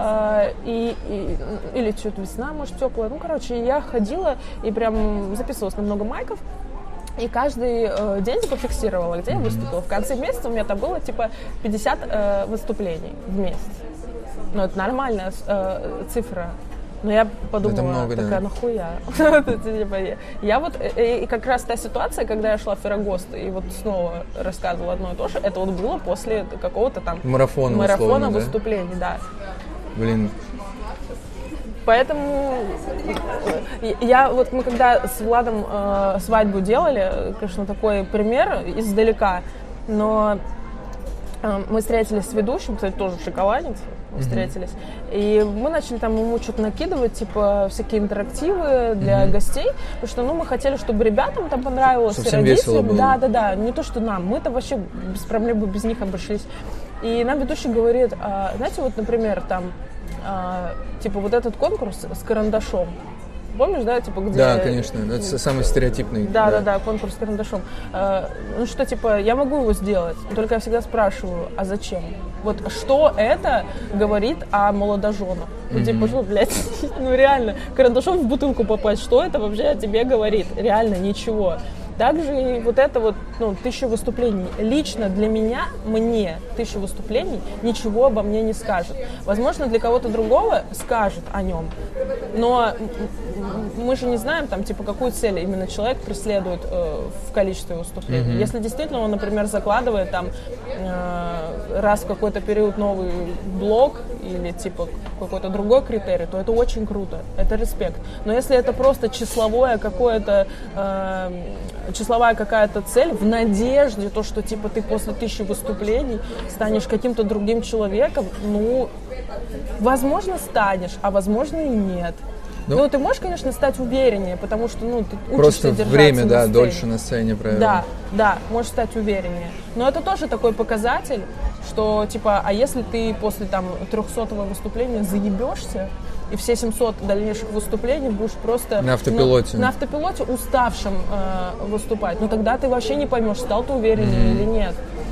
или что-то весна, может, теплая. Я ходила и прям записывалась на много майков. И каждый день фиксировала, где я выступила. В конце месяца у меня там было 50 выступлений в месяц. Это нормальная цифра. Но я подумала, нахуя? Я и как раз та ситуация, когда я шла в Феррагост и снова рассказывала одно и то же, это было после какого-то там марафона выступлений, да. Блин. Поэтому мы когда с Владом свадьбу делали, конечно, такой пример издалека, но мы встретились с ведущим, кстати, тоже шоколадница, встретились, и мы начали ему что-то накидывать, всякие интерактивы для гостей, потому что, мы хотели, чтобы ребятам там понравилось, чтобы всем весело было. Да, не то, что нам, мы-то вообще без проблем без них обошлись. И нам ведущий говорит, знаете, вот, например, там, типа вот этот конкурс с карандашом. Помнишь, да, типа, где... Да, конечно, это самый стереотипный. Да, конкурс с карандашом. Ну что, типа, я могу его сделать, только я всегда спрашиваю, а зачем? Вот что это говорит о молодоженах? Ну, типа, ну, блядь, ну реально, карандашом в бутылку попасть, что это вообще о тебе говорит? Реально ничего. Также и вот это вот, 1000 выступлений. Лично для меня, мне 1000 выступлений ничего обо мне не скажет. Возможно, для кого-то другого скажет о нем. Но мы же не знаем, там, типа, какую цель именно человек преследует в количестве выступлений. Если действительно он, например, закладывает там раз в какой-то период новый блог или типа какой-то другой критерий, то это очень круто, это респект. Но если это просто числовая какая-то цель в надежде, то, что типа ты после 1000 выступлений станешь каким-то другим человеком, возможно, станешь, а возможно и нет. Ну, ты можешь, конечно, стать увереннее, потому что, ты учишься просто держаться время, на да, сцене. дольше на сцене, правильно. Да, можешь стать увереннее. Но это тоже такой показатель, что, типа, а если ты после, там, 300-го выступления заебешься, и все 700 дальнейших выступлений будешь просто... На автопилоте. На автопилоте уставшим выступать. Но тогда ты вообще не поймешь, стал ты увереннее или нет.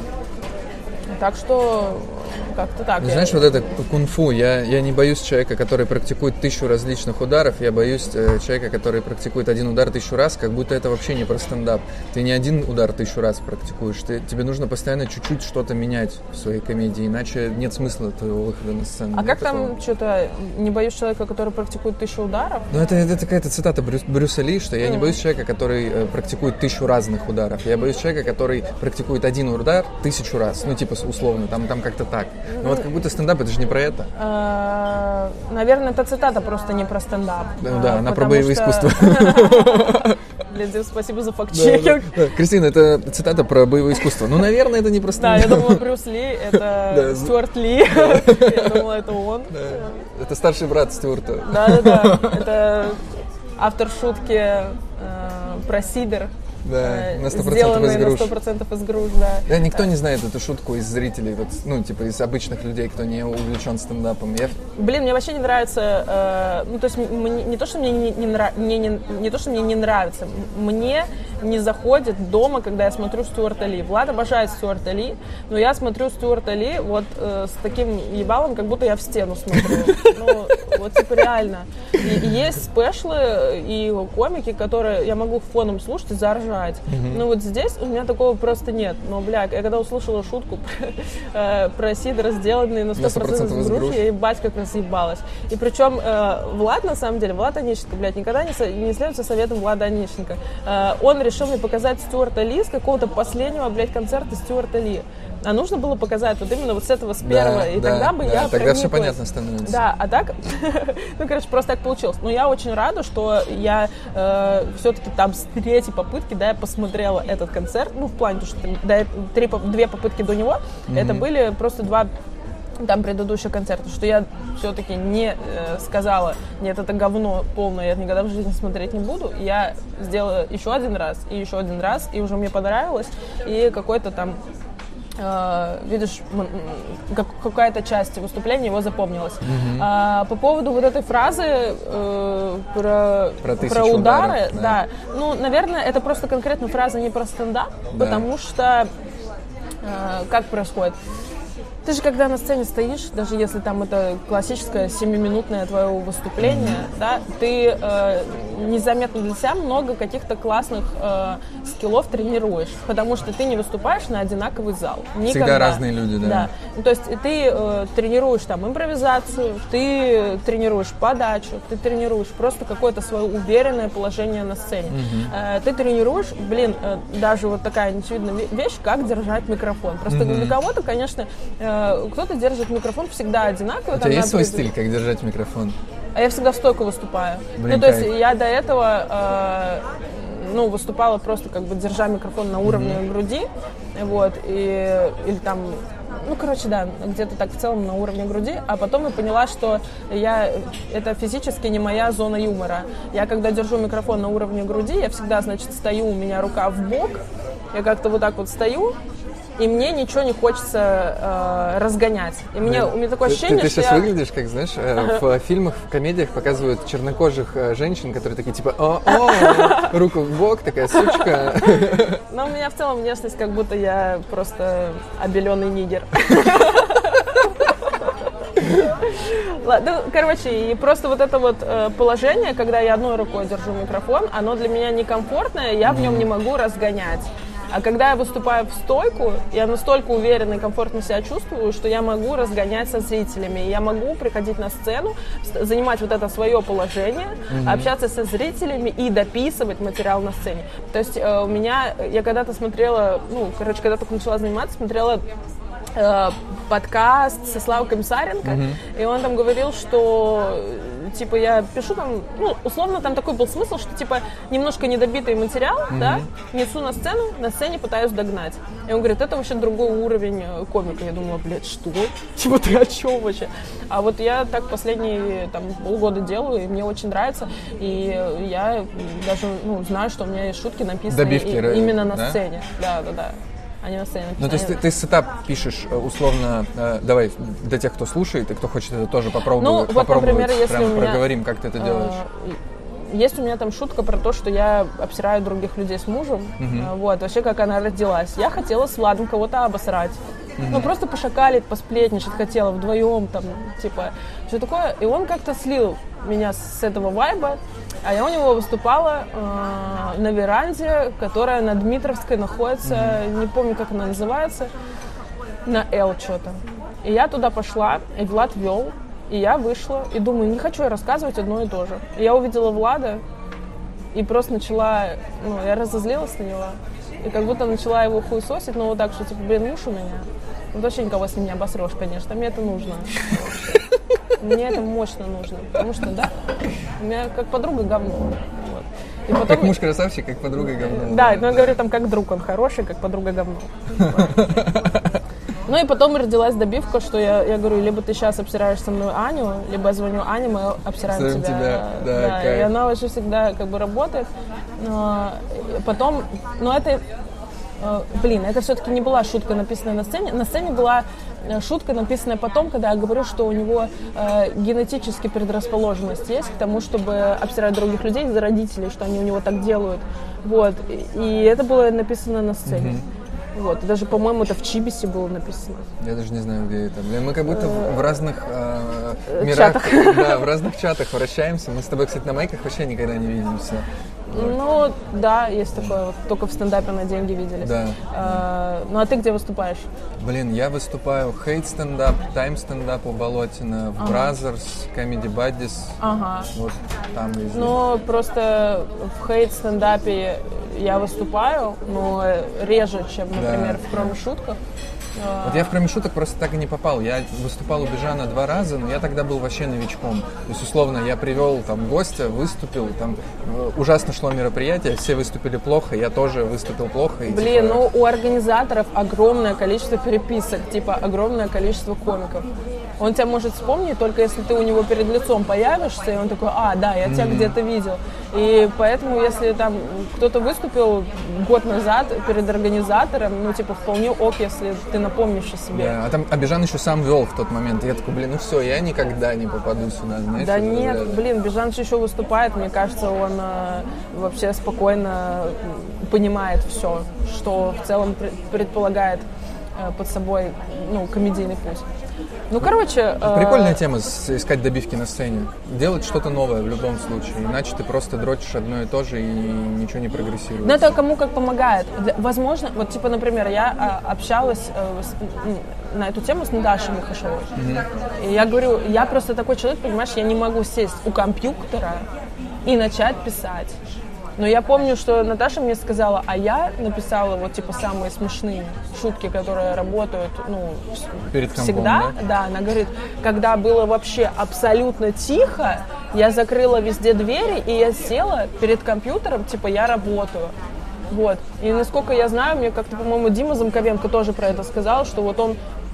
Так что... Как-то так. Знаешь, вот это кунг-фу, я не боюсь человека, который практикует 1000 различных ударов, я боюсь человека, который практикует один удар 1000 раз, как будто это вообще не про стендап. Ты не один удар 1000 раз практикуешь, тебе нужно постоянно чуть-чуть что-то менять в своей комедии, иначе нет смысла твоего выхода на сцену. А как там что-то, не боюсь человека, который практикует 1000 ударов? Ну, это какая-то цитата Брюса Ли, что я не боюсь человека, который практикует 1000 разных ударов, я боюсь человека, который практикует один удар 1000 раз, типа условно, там как-то так. Ну вот как будто стендап, это же не про это. Наверное, эта цитата просто не про стендап. Да, она про боевое искусство. Блин, спасибо за факт-чекинг. Да. Кристина, это цитата про боевое искусство. Ну, наверное, это не про стендап. Да, я думала, Брюс Ли, это Стюарт Ли. Я думала, это он. Это старший брат Стюарта. Да, это автор шутки про Сидор. Да, на 100% сделанные из груш. на 100% из груш, да. Да, никто не знает эту шутку из зрителей, вот, из обычных людей, кто не увлечен стендапом. Блин, мне вообще не нравится, то есть не то, что мне не то, что мне не нравится, мне не заходит дома, когда я смотрю Стюарта Ли. Влад обожает Стюарта Ли, но я смотрю Стюарта Ли вот с таким ебалом, как будто я в стену смотрю. Вот типа реально. И есть спешлы и комики, которые я могу фоном слушать и заржать. Но вот здесь у меня такого просто нет. Но, я когда услышала шутку про Сидора, сделанные на 100% из груш, я ебать как разъебалась. И причем Влад, на самом деле, Влад Онищенко, никогда не следует за советом Влада Онищенко. Он решил мне показать Стюарта Ли с какого-то последнего, концерта Стюарта Ли. А нужно было показать вот именно вот с этого, с первого. И тогда бы я тогда все понятно становится. Да, а так, просто так получилось. Но я очень рада, что я все-таки там с 3-й попытки, я посмотрела этот концерт. В плане, что 2 попытки до него, это были просто 2 там предыдущих концертов, что я все-таки не сказала, нет, это говно полное, я никогда в жизни смотреть не буду. Я сделала еще один раз, и уже мне понравилось, и какой-то там видишь, какая-то часть выступления его запомнилась. По поводу вот этой фразы про удары, да. Наверное, это просто конкретно фраза не про стендап, потому что как происходит? Ты же, когда на сцене стоишь, даже если там это классическое 7-минутное твое выступление, да, ты незаметно для себя много каких-то классных скиллов тренируешь, потому что ты не выступаешь на одинаковый зал. Никогда. Всегда разные люди, да. То есть ты тренируешь там импровизацию, ты тренируешь подачу, ты тренируешь просто какое-то свое уверенное положение на сцене. Ты тренируешь, даже вот такая неочевидная вещь, как держать микрофон. Просто для кого-то, конечно, кто-то держит микрофон всегда одинаково. У тебя есть свой стиль, как держать микрофон? А я всегда в стойку выступаю. То есть я до этого выступала просто держа микрофон на уровне груди, или там, где-то так в целом на уровне груди, а потом я поняла, что это физически не моя зона юмора. Я когда держу микрофон на уровне груди, я всегда, стою, у меня рука в бок, я как-то вот так вот стою, и мне ничего не хочется разгонять. И у меня такое ощущение, ты что сейчас выглядишь, как, знаешь, в фильмах, в комедиях показывают чернокожих женщин, которые такие, типа, руку в бок, такая сучка. Но у меня в целом внешность, как будто я просто обеленный нигер. Ладно, короче, и просто вот это вот положение, когда я одной рукой держу микрофон, оно для меня некомфортное, я в нем не могу разгонять. А когда я выступаю в стойку, я настолько уверенно и комфортно себя чувствую, что я могу разгонять со зрителями. Я могу приходить на сцену, занимать вот это свое положение, общаться со зрителями и дописывать материал на сцене. То есть у меня, я когда-то смотрела, когда только начала заниматься, смотрела подкаст со Славой Комиссаренко, и он там говорил, что типа я пишу там, условно там такой был смысл, что типа немножко недобитый материал, да, несу на сцене пытаюсь догнать. И он говорит, это вообще другой уровень комика. Я думала, блядь, что? Типа ты о чем вообще? А вот я так последние там полгода делаю, и мне очень нравится, и я даже знаю, что у меня есть шутки написаны именно на сцене. Да. Они на сцене написаны. Ну, то есть ты сетап пишешь условно, давай, для тех, кто слушает и кто хочет это тоже попробовать, например, если прям проговорим, как ты это делаешь. Есть у меня там шутка про то, что я обсираю других людей с мужем. Вот, вообще, как она родилась. Я хотела с Владом кого-то обосрать. Просто пошакалить, посплетничать хотела вдвоем, там, типа, все такое. И он как-то слил меня с этого вайба. А я у него выступала на веранде, которая на Дмитровской находится, не помню, как она называется, на Л что-то. И я туда пошла, и Влад вел, и я вышла, и думаю, не хочу я рассказывать одно и то же. И я увидела Влада, и просто начала, я разозлилась на него, и как будто начала его хуесосить, но вот так, что, типа, муж у меня. Вот вообще никого с ним не обосрешь, конечно, мне это нужно. Мне это мощно нужно, потому что, да, у меня как подруга говно. Вот. И потом... Как муж красавчик, как подруга говно. Да, но я говорю, там, как друг он хороший, как подруга говно. Ну и потом родилась добивка, что я говорю, либо ты сейчас обсираешь со мной Аню, либо я звоню Ане, мы обсираем тебя. Да, и она вообще всегда как бы работает. Потом, это... это все-таки не была шутка, написанная на сцене. На сцене была шутка, написанная потом, когда я говорю, что у него генетически предрасположенность есть к тому, чтобы обсирать других людей из-за родителей, что они у него так делают. Вот. И это было написано на сцене. Вот. И даже, по-моему, это в Чибисе было написано. Я даже не знаю, где это. Мы как будто в разных мирах, да, в разных чатах вращаемся. Мы с тобой, кстати, на майках вообще никогда не видимся. Ну, да, есть такое. Вот, только в стендапе на деньги виделись. Да. А ты где выступаешь? Я выступаю Hate стендап, Time стендап у Болотина, в Brothers, Comedy Buddies. Вот там везде. Ну, просто в Hate стендапе я выступаю, но реже, чем, например, в Кроме шутках. Вот я в «Кроме шуток» просто так и не попал. Я выступал у Бежана 2 раза, но я тогда был вообще новичком. То есть, условно, я привел там гостя, выступил, там ужасно шло мероприятие, все выступили плохо, я тоже выступил плохо. И, у организаторов огромное количество переписок, огромное количество комиков. Он тебя может вспомнить только если ты у него перед лицом появишься, и он такой, да, я тебя где-то видел. И поэтому, если там кто-то выступил год назад перед организатором, вполне ок, если ты напомнишь о себе. Да, а Бежан еще сам вел в тот момент. Я такой, все, я никогда не попаду сюда, знаешь. Да нет, Бежан еще выступает, мне кажется, он вообще спокойно понимает все, что в целом предполагает под собой, комедийный путь. Прикольная тема искать добивки на сцене. Делать что-то новое в любом случае. Иначе ты просто дрочишь одно и то же и ничего не прогрессирует. Но это кому как помогает. Возможно, например, я общалась на эту тему с Наташей Михашевой. И я говорю, я просто такой человек, понимаешь, я не могу сесть у компьютера и начать писать. Но я помню, что Наташа мне сказала, а я написала самые смешные шутки, которые работают, перед всегда. Компом, да, она говорит, когда было вообще абсолютно тихо, я закрыла везде двери, и я села перед компьютером, я работаю. Вот. И насколько я знаю, мне как-то, по-моему, Дима Замковенко тоже про это сказал, что он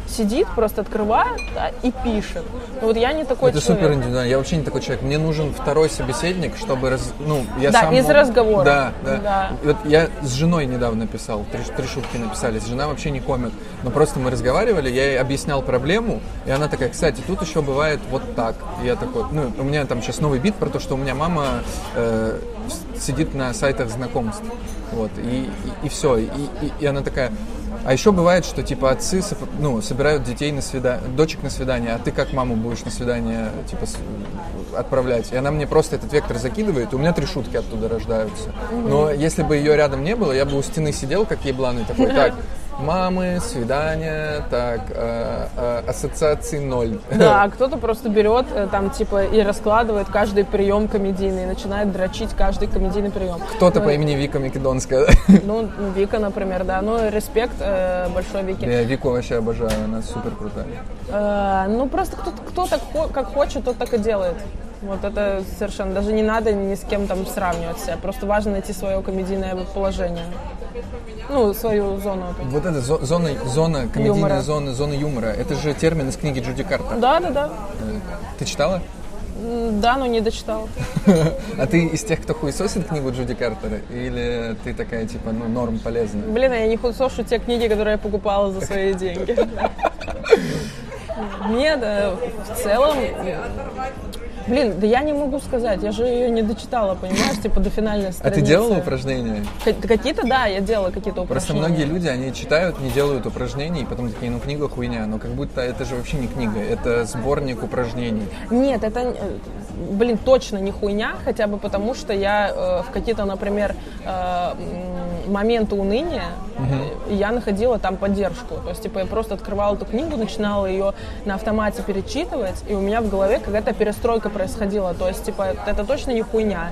сидит, просто открывает, да, и пишет. Но вот я не такой это человек. Супер индивидуально. Я вообще не такой человек. Мне нужен второй собеседник, чтобы я да, сам из разговора. Да. И вот я с женой недавно писал, три шутки написались. Жена вообще не комик, но просто мы разговаривали, я ей объяснял проблему, и она такая: кстати, тут еще бывает вот так. И я такой, у меня там сейчас новый бит про то, что у меня мама сидит на сайтах знакомств, вот, и все, и она такая: а еще бывает, что типа отцы собирают детей дочек на свидание, а ты как маму будешь на свидание типа отправлять? И она мне просто этот вектор закидывает, и у меня 3 шутки оттуда рождаются. Но если бы ее рядом не было, я бы у стены сидел как ебланый такой: так, мамы, свидания, так, ассоциации 0. Да, а кто-то просто берет там типа и раскладывает каждый прием комедийный, и начинает дрочить каждый комедийный прием. Кто-то по имени Вика Македонская. Вика, например, да. Респект большой Вике. Я Вику вообще обожаю, она супер крутая. Просто кто так как хочет, тот так и делает. Вот это совершенно, даже не надо ни с кем там сравнивать себя. Просто важно найти свое комедийное положение. Свою зону. Вот эта зона, комедийная зона юмора. Это же термин из книги Джуди Картер. Да. Ты читала? Да, но не дочитала. А ты из тех, кто хуесосит книгу Джуди Картера? Или ты такая, типа, норм полезная? Блин, я не хуесошу те книги, которые я покупала за свои деньги. Нет, в целом... Блин, да я не могу сказать, я же ее не дочитала, понимаешь, типа до финальной страницы. А ты делала упражнения? Какие-то, да, я делала какие-то упражнения. Просто многие люди, они читают, не делают упражнений, и потом такие: книга хуйня, но как будто это же вообще не книга, это сборник упражнений. Нет, это, точно не хуйня, хотя бы потому, что я в какие-то, например, моменты уныния, я находила там поддержку. То есть, типа, я просто открывала эту книгу, начинала ее на автомате перечитывать, и у меня в голове какая-то перестройка происходила. То есть, типа, это точно не хуйня.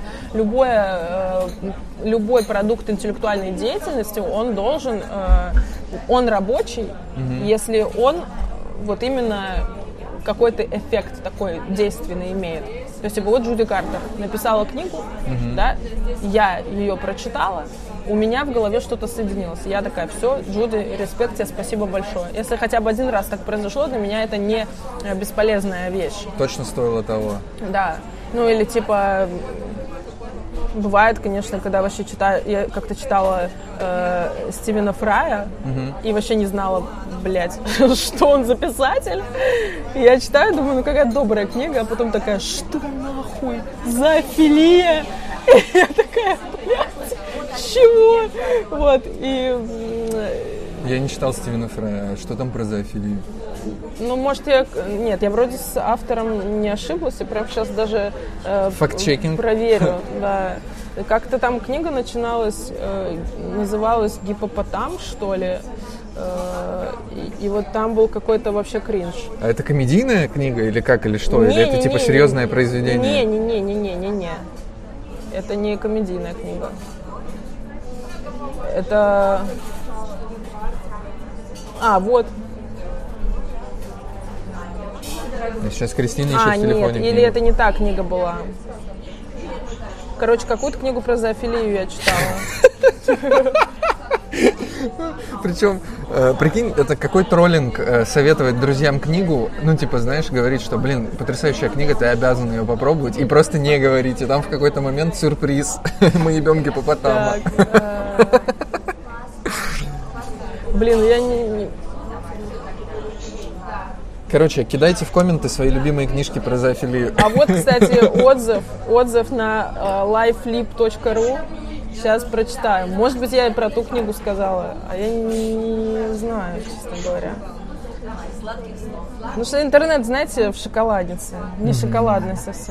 Любой продукт интеллектуальной деятельности, он должен, он рабочий, если он вот именно какой-то эффект такой действенный имеет. То есть, типа, вот Джуди Картер написала книгу, да, я ее прочитала, у меня в голове что-то соединилось. Я такая: все, Джуди, респект тебе, спасибо большое. Если хотя бы один раз так произошло, для меня это не бесполезная вещь. Точно стоило того. Да. Или типа... Бывает, конечно, когда вообще читаю... Я как-то читала Стивена Фрая и вообще не знала, что он за писатель. И я читаю, думаю, какая добрая книга, а потом такая: что нахуй? Зоофилия? И я такая: чего? Вот, и... Я не читал Стивена Фрая. Что там про зоофилию? Может, Нет, я вроде с автором не ошиблась, и прямо сейчас даже проверю. Да. Как-то там книга начиналась, называлась «Гиппопотам», что ли. И вот там был какой-то вообще кринж. А это комедийная книга или как, или что? Или это типа серьезное произведение? Не. Это не комедийная книга. Это... вот. Сейчас Кристина ищет в телефоне. Нет, или это не та книга была. Короче, какую-то книгу про зоофилию я читала. Причем, прикинь, это какой троллинг советовать друзьям книгу, говорить, что, потрясающая книга, ты обязан ее попробовать, и просто не говорить, и там в какой-то момент сюрприз, мы ебем гиппопотама. Я не... Короче, кидайте в комменты свои любимые книжки про зоофилию. А вот, кстати, отзыв на liveflip.ru. Сейчас прочитаю. Может быть, я и про ту книгу сказала, а я не знаю, честно говоря. Потому что интернет, знаете, в шоколаднице. Не шоколадный совсем.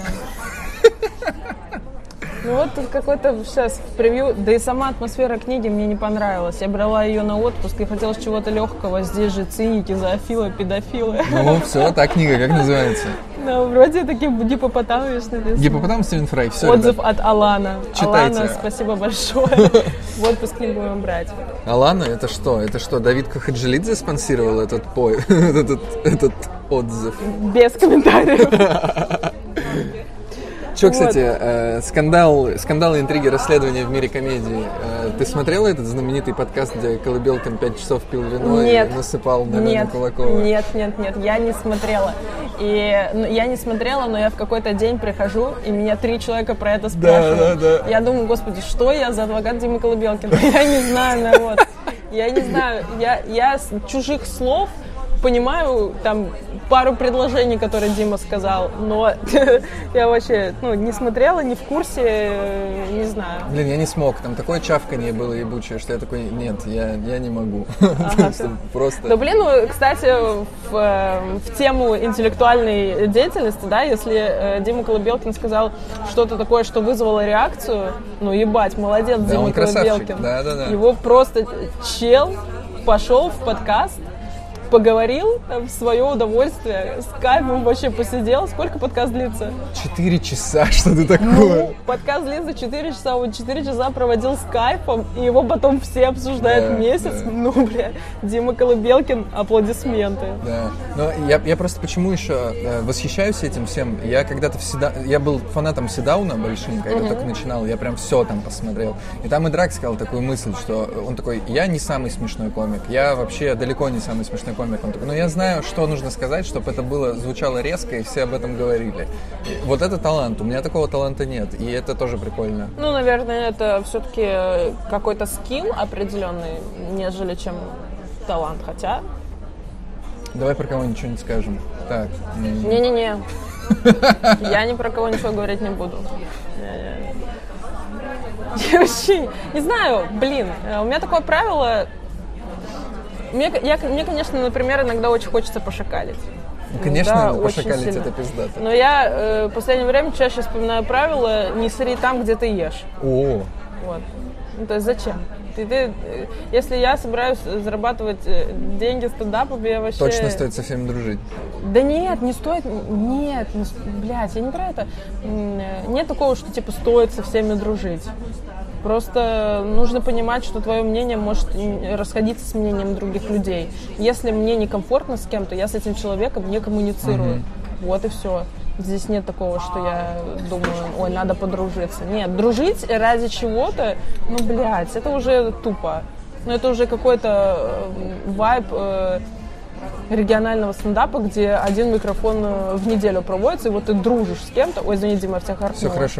Вот тут какой-то сейчас превью, да и сама атмосфера книги мне не понравилась. Я брала ее на отпуск и хотела чего-то легкого. Здесь же циники, зоофилы, педофилы. Все, та книга, как называется? Вроде такие гиппопотам, видишь, написано. Гиппопотам, Стивен Фрай, все. Отзыв от Алана. Читайте. Алана, спасибо большое. В отпуск не будем брать. Алана, это что? Давид Кахаджилидзе спонсировал этот отзыв? Без комментариев. Че, кстати, скандал, интриги, расследования в мире комедии. Ты смотрела этот знаменитый подкаст, где Колыбелкин 5 часов пил вино и насыпал на Лену Кулакову? Нет, я не смотрела. Я не смотрела, но я в какой-то день прихожу, и меня 3 человека про это спрашивают. Да. Я думаю, господи, что я за адвокат Димы Колыбелкина? Я не знаю, народ. Я не знаю. Я с чужих слов понимаю там пару предложений, которые Дима сказал, но я вообще не смотрела, не в курсе, не знаю. Блин, я не смог, там такое чавканье было ебучее, что я такой, нет, я не могу. Просто. Да, блин, кстати, в тему интеллектуальной деятельности, да, если Дима Колыбелкин сказал что-то такое, что вызвало реакцию, ебать, молодец, да, Дима Колыбелкин. Да. Его просто чел пошел в подкаст, поговорил в свое удовольствие, с кайфом вообще посидел. Сколько подкаст длится? 4 часа, что-то такое. Подкаст длится 4 часа, он 4 часа проводил с кайфом, и его потом все обсуждают месяц. Да. Дима Колыбелкин, аплодисменты. Да, но я просто почему еще восхищаюсь этим всем. Я когда-то я был фанатом Седауна большим, когда только начинал, я прям все там посмотрел. И там и Драк сказал такую мысль, что он такой, я не самый смешной комик, я вообще далеко не самый смешной комик. Он такой, я знаю, что нужно сказать, чтобы это звучало резко, и все об этом говорили. И вот это талант. У меня такого таланта нет, и это тоже прикольно. Наверное, это все-таки какой-то скилл определенный, нежели чем талант, хотя... Давай про кого-нибудь что-нибудь скажем. Так. Не-не-не. Я ни про кого ничего говорить не буду. Я вообще не знаю, блин, у меня такое правило... Мне, конечно, например, иногда очень хочется пошакалить. Конечно, пошакалить это пиздато. Но я в последнее время чаще вспоминаю правило «не сри там, где ты ешь». О. Вот. То есть зачем? Если я собираюсь зарабатывать деньги стендапом, я вообще... Точно стоит со всеми дружить? Да нет, не стоит. Нет, блядь, я не про это. Нет такого, что типа стоит со всеми дружить. Просто нужно понимать, что твое мнение может расходиться с мнением других людей. Если мне некомфортно с кем-то, я с этим человеком не коммуницирую. Вот и все. Здесь нет такого, что я думаю, надо подружиться. Нет, дружить ради чего-то, блядь, это уже тупо. Это уже какой-то вайб регионального стендапа, где один микрофон в неделю проводится, и вот ты дружишь с кем-то. Ой, извини, Дима, я тебя харкнула. Все хорошо.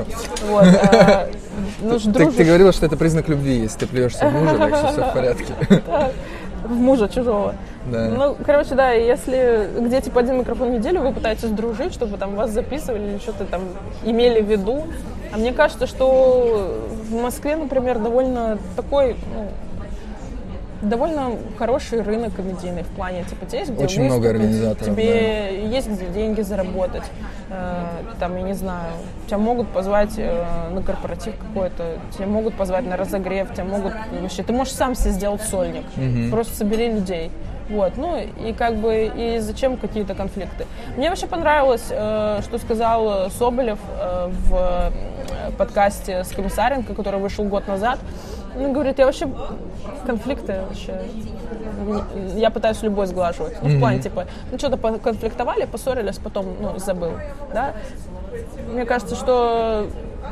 Вот, ты говорила, что это признак любви, если ты плюешься в мужа, так что все в порядке. В мужа чужого. Да. Короче, да, если где типа один микрофон в неделю, вы пытаетесь дружить, чтобы там вас записывали или что-то там имели в виду. А мне кажется, что в Москве, например, довольно такой... довольно хороший рынок комедийный в плане, типа, тебе есть где очень много организаторов, тебе есть где деньги заработать, там, я не знаю, тебя могут позвать на корпоратив какой-то, тебя могут позвать на разогрев, тебя могут вообще, ты можешь сам себе сделать сольник, просто собери людей. Вот, и как бы, и зачем какие-то конфликты. Мне вообще понравилось, что сказал Соболев в подкасте с Комиссаренко, который вышел год назад. Он говорит, я вообще конфликты вообще, я пытаюсь любой сглаживать. В плане, типа, что-то конфликтовали, поссорились, потом, забыл, да. Мне кажется, что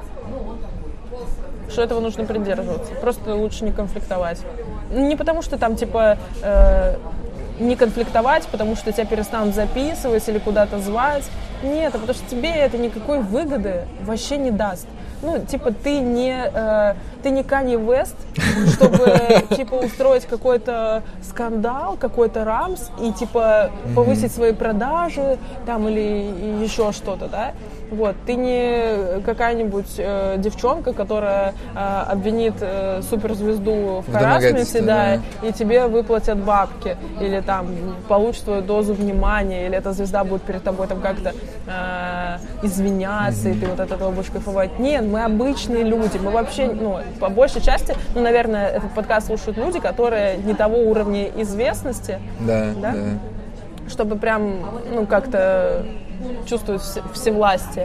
этого нужно придерживаться. Просто лучше не конфликтовать. Не потому, что там, типа, не конфликтовать, потому что тебя перестанут записывать или куда-то звать. Нет, а потому что тебе это никакой выгоды вообще не даст. Типа, ты не Канье Уэст, чтобы, типа, устроить какой-то скандал, какой-то рамс и, типа, повысить свои продажи, там, или еще что-то, да? Вот, ты не какая-нибудь девчонка, которая обвинит суперзвезду в харассменте, да, и тебе выплатят бабки, или там получит твою дозу внимания, или эта звезда будет перед тобой там как-то извиняться, и ты вот от этого будешь кайфовать. Нет, мы обычные люди, мы вообще, по большей части, наверное, этот подкаст слушают люди, которые не того уровня известности, да? Чтобы прям, как-то чувствовать всевластие.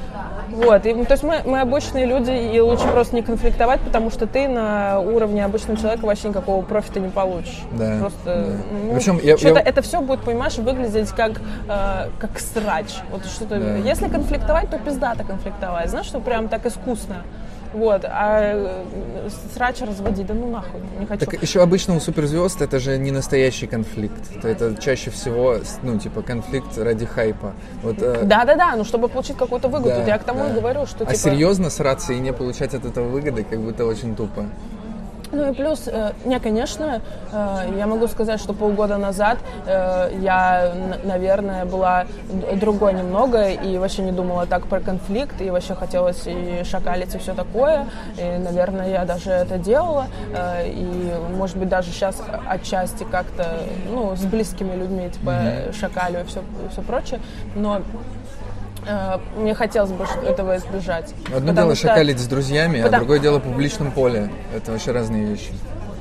Вот, и, то есть мы обычные люди, и лучше просто не конфликтовать, потому что ты на уровне обычного человека вообще никакого профита не получишь. Да. Просто, да. Ну, Причем это все будет, понимаешь, выглядеть как срач. Вот что-то. Да. Если конфликтовать, то пиздато конфликтовать. Знаешь, что прям так искусно. Вот, а срач разводить, да ну нахуй, не хочу. Так еще обычно у суперзвезд это же не настоящий конфликт. Это чаще всего, ну, типа, конфликт ради хайпа. Вот, да, ну, чтобы получить какую-то выгоду. Да, я к тому и говорю, что А серьезно сраться и не получать от этого выгоды, как будто очень тупо. Ну и плюс, конечно, я могу сказать, что полгода назад я, наверное, была другой немного и вообще не думала так про конфликт, и вообще хотелось и шакалить, и все такое. И, наверное, я даже это делала. И, может быть, даже сейчас отчасти как-то, ну, с близкими людьми, типа, шакалю и все прочее. Но мне хотелось бы этого избежать. Одно дело шакалить с друзьями, а другое дело в публичном поле. Это вообще разные вещи.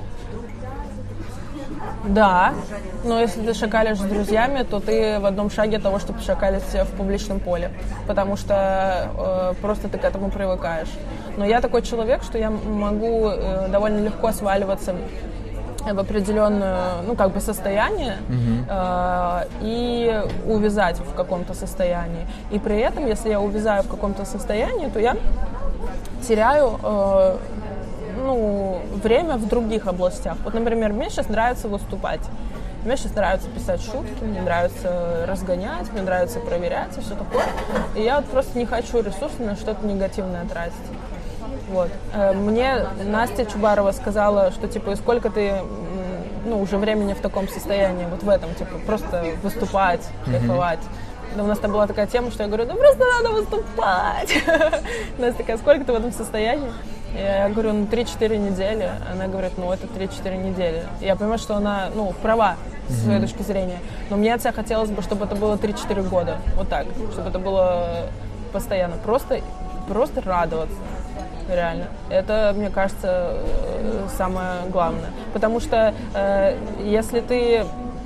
Да, но если ты шакалишь с друзьями, то ты в одном шаге того, чтобы шакалить в публичном поле. Потому что просто ты к этому привыкаешь. Но я такой человек, что я могу довольно легко сваливаться в определенное, ну, как бы состояние и увязать в каком-то состоянии. И при этом, если я увязаю в каком-то состоянии, то я теряю время в других областях. Вот, например, мне сейчас нравится выступать. Мне сейчас нравится писать шутки, мне нравится разгонять, мне нравится проверять и все такое. И я вот просто не хочу ресурсы на что-то негативное тратить. Вот. Мне Настя Чубарова сказала, что типа, и сколько ты, ну, уже времени в таком состоянии, вот в этом, типа, просто выступать, кайфовать. У нас там была такая тема, что я говорю, просто надо выступать. Настя такая, сколько ты в этом состоянии? Я говорю, 3-4 недели. Она говорит, это 3-4 недели. Я понимаю, что она, права с своей точки зрения. Но мне от себя хотелось бы, чтобы это было 3-4 года. Вот так. Чтобы это было постоянно. Просто радоваться. Реально. Это, мне кажется, самое главное. Потому что если ты...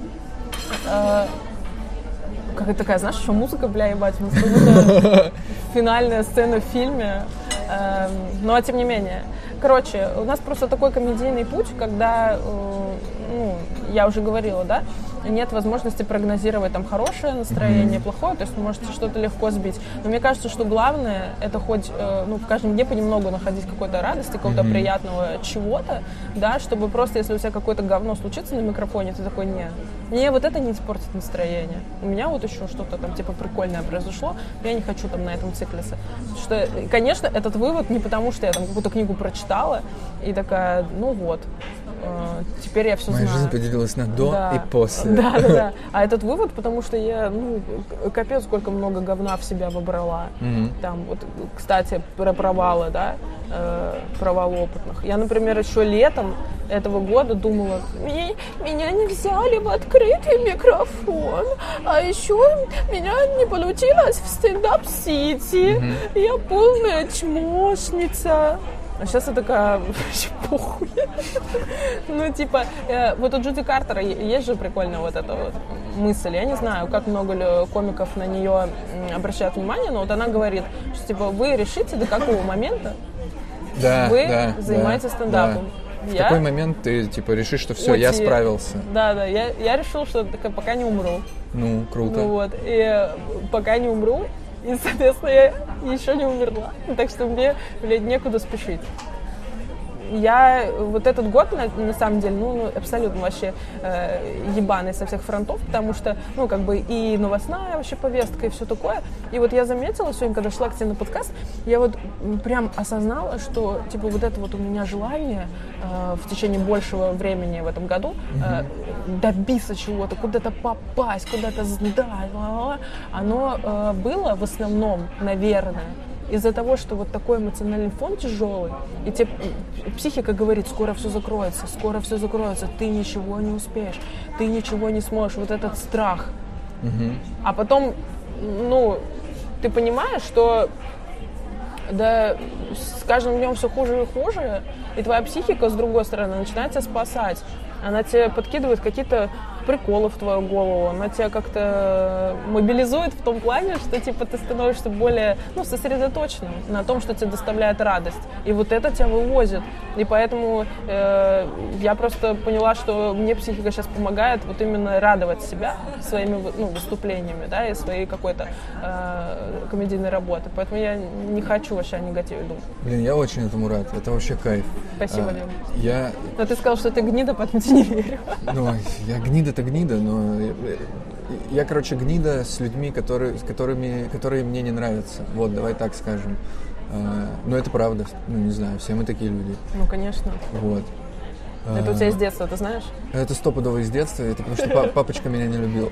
Какая-то такая, знаешь, еще музыка, бля, ебать, у нас финальная сцена в фильме. Но тем не менее. Короче, у нас просто такой комедийный путь, когда, я уже говорила, да, нет возможности прогнозировать там хорошее настроение, плохое, то есть вы можете что-то легко сбить. Но мне кажется, что главное это хоть в каждом дне понемногу находить какой-то радости, какого-то приятного чего-то, да, чтобы просто, если у тебя какое-то говно случится на микрофоне, ты такой, не, вот это не испортит настроение. У меня вот еще что-то там типа прикольное произошло, я не хочу там на этом циклиться. Что, конечно, этот вывод не потому, что я там какую-то книгу прочитала и такая, теперь я все знаю. Моя жизнь поделилась на до и после. Да. А этот вывод, потому что я, капец, сколько много говна в себя вобрала. Там, вот, кстати, про провалы, да, провал опытных. Я, например, еще летом этого года думала, меня не взяли в открытый микрофон, а еще меня не получилось в стендап-сити. Я полная чмошница. А сейчас я такая, вообще похуй. Вот у Джуди Картер есть же прикольная вот эта вот мысль. Я не знаю, как много ли комиков на нее обращают внимание, но вот она говорит, что типа вы решите, до какого момента вы занимаетесь стендапом. В какой момент ты типа решишь, что все, я справился? Да, я решил, что пока не умру. Ну, круто. И пока не умру, и, соответственно, я еще не умерла. Так что мне, некуда спешить. Я вот этот год, на самом деле, абсолютно вообще ебаный со всех фронтов, потому что, и новостная вообще повестка, и все такое. И вот я заметила сегодня, когда шла к тебе на подкаст, я вот прям осознала, что, типа, вот это вот у меня желание в течение большего времени в этом году добиться чего-то, куда-то попасть, куда-то сдать, оно было в основном, наверное, из-за того, что вот такой эмоциональный фон тяжелый, и тебе психика говорит, скоро все закроется, ты ничего не успеешь, ты ничего не сможешь, вот этот страх. А потом, ты понимаешь, что да, с каждым днем все хуже и хуже, и твоя психика, с другой стороны, начинает тебя спасать. Она тебе подкидывает какие-то приколов в твою голову, она тебя как-то мобилизует в том плане, что типа ты становишься более, ну, сосредоточенным на том, что тебе доставляет радость. И вот это тебя вывозит. И поэтому я просто поняла, что мне психика сейчас помогает вот именно радовать себя своими, ну, выступлениями, да, и своей какой-то комедийной работы. Поэтому я не хочу вообще о негативе думать. Блин, я очень этому рад. Это вообще кайф. Спасибо, Лёва. Я... Но ты сказал, что ты гнида, поэтому тебе не верю. Ну, я гнида-то гнида, но я, короче, гнида с людьми, которые мне не нравятся. Вот, давай так скажем. Но это правда. Ну, не знаю, все мы такие люди. Ну, конечно. Вот. Это у тебя из детства, ты знаешь? Это стопудово из детства. Это потому что папочка меня не любил.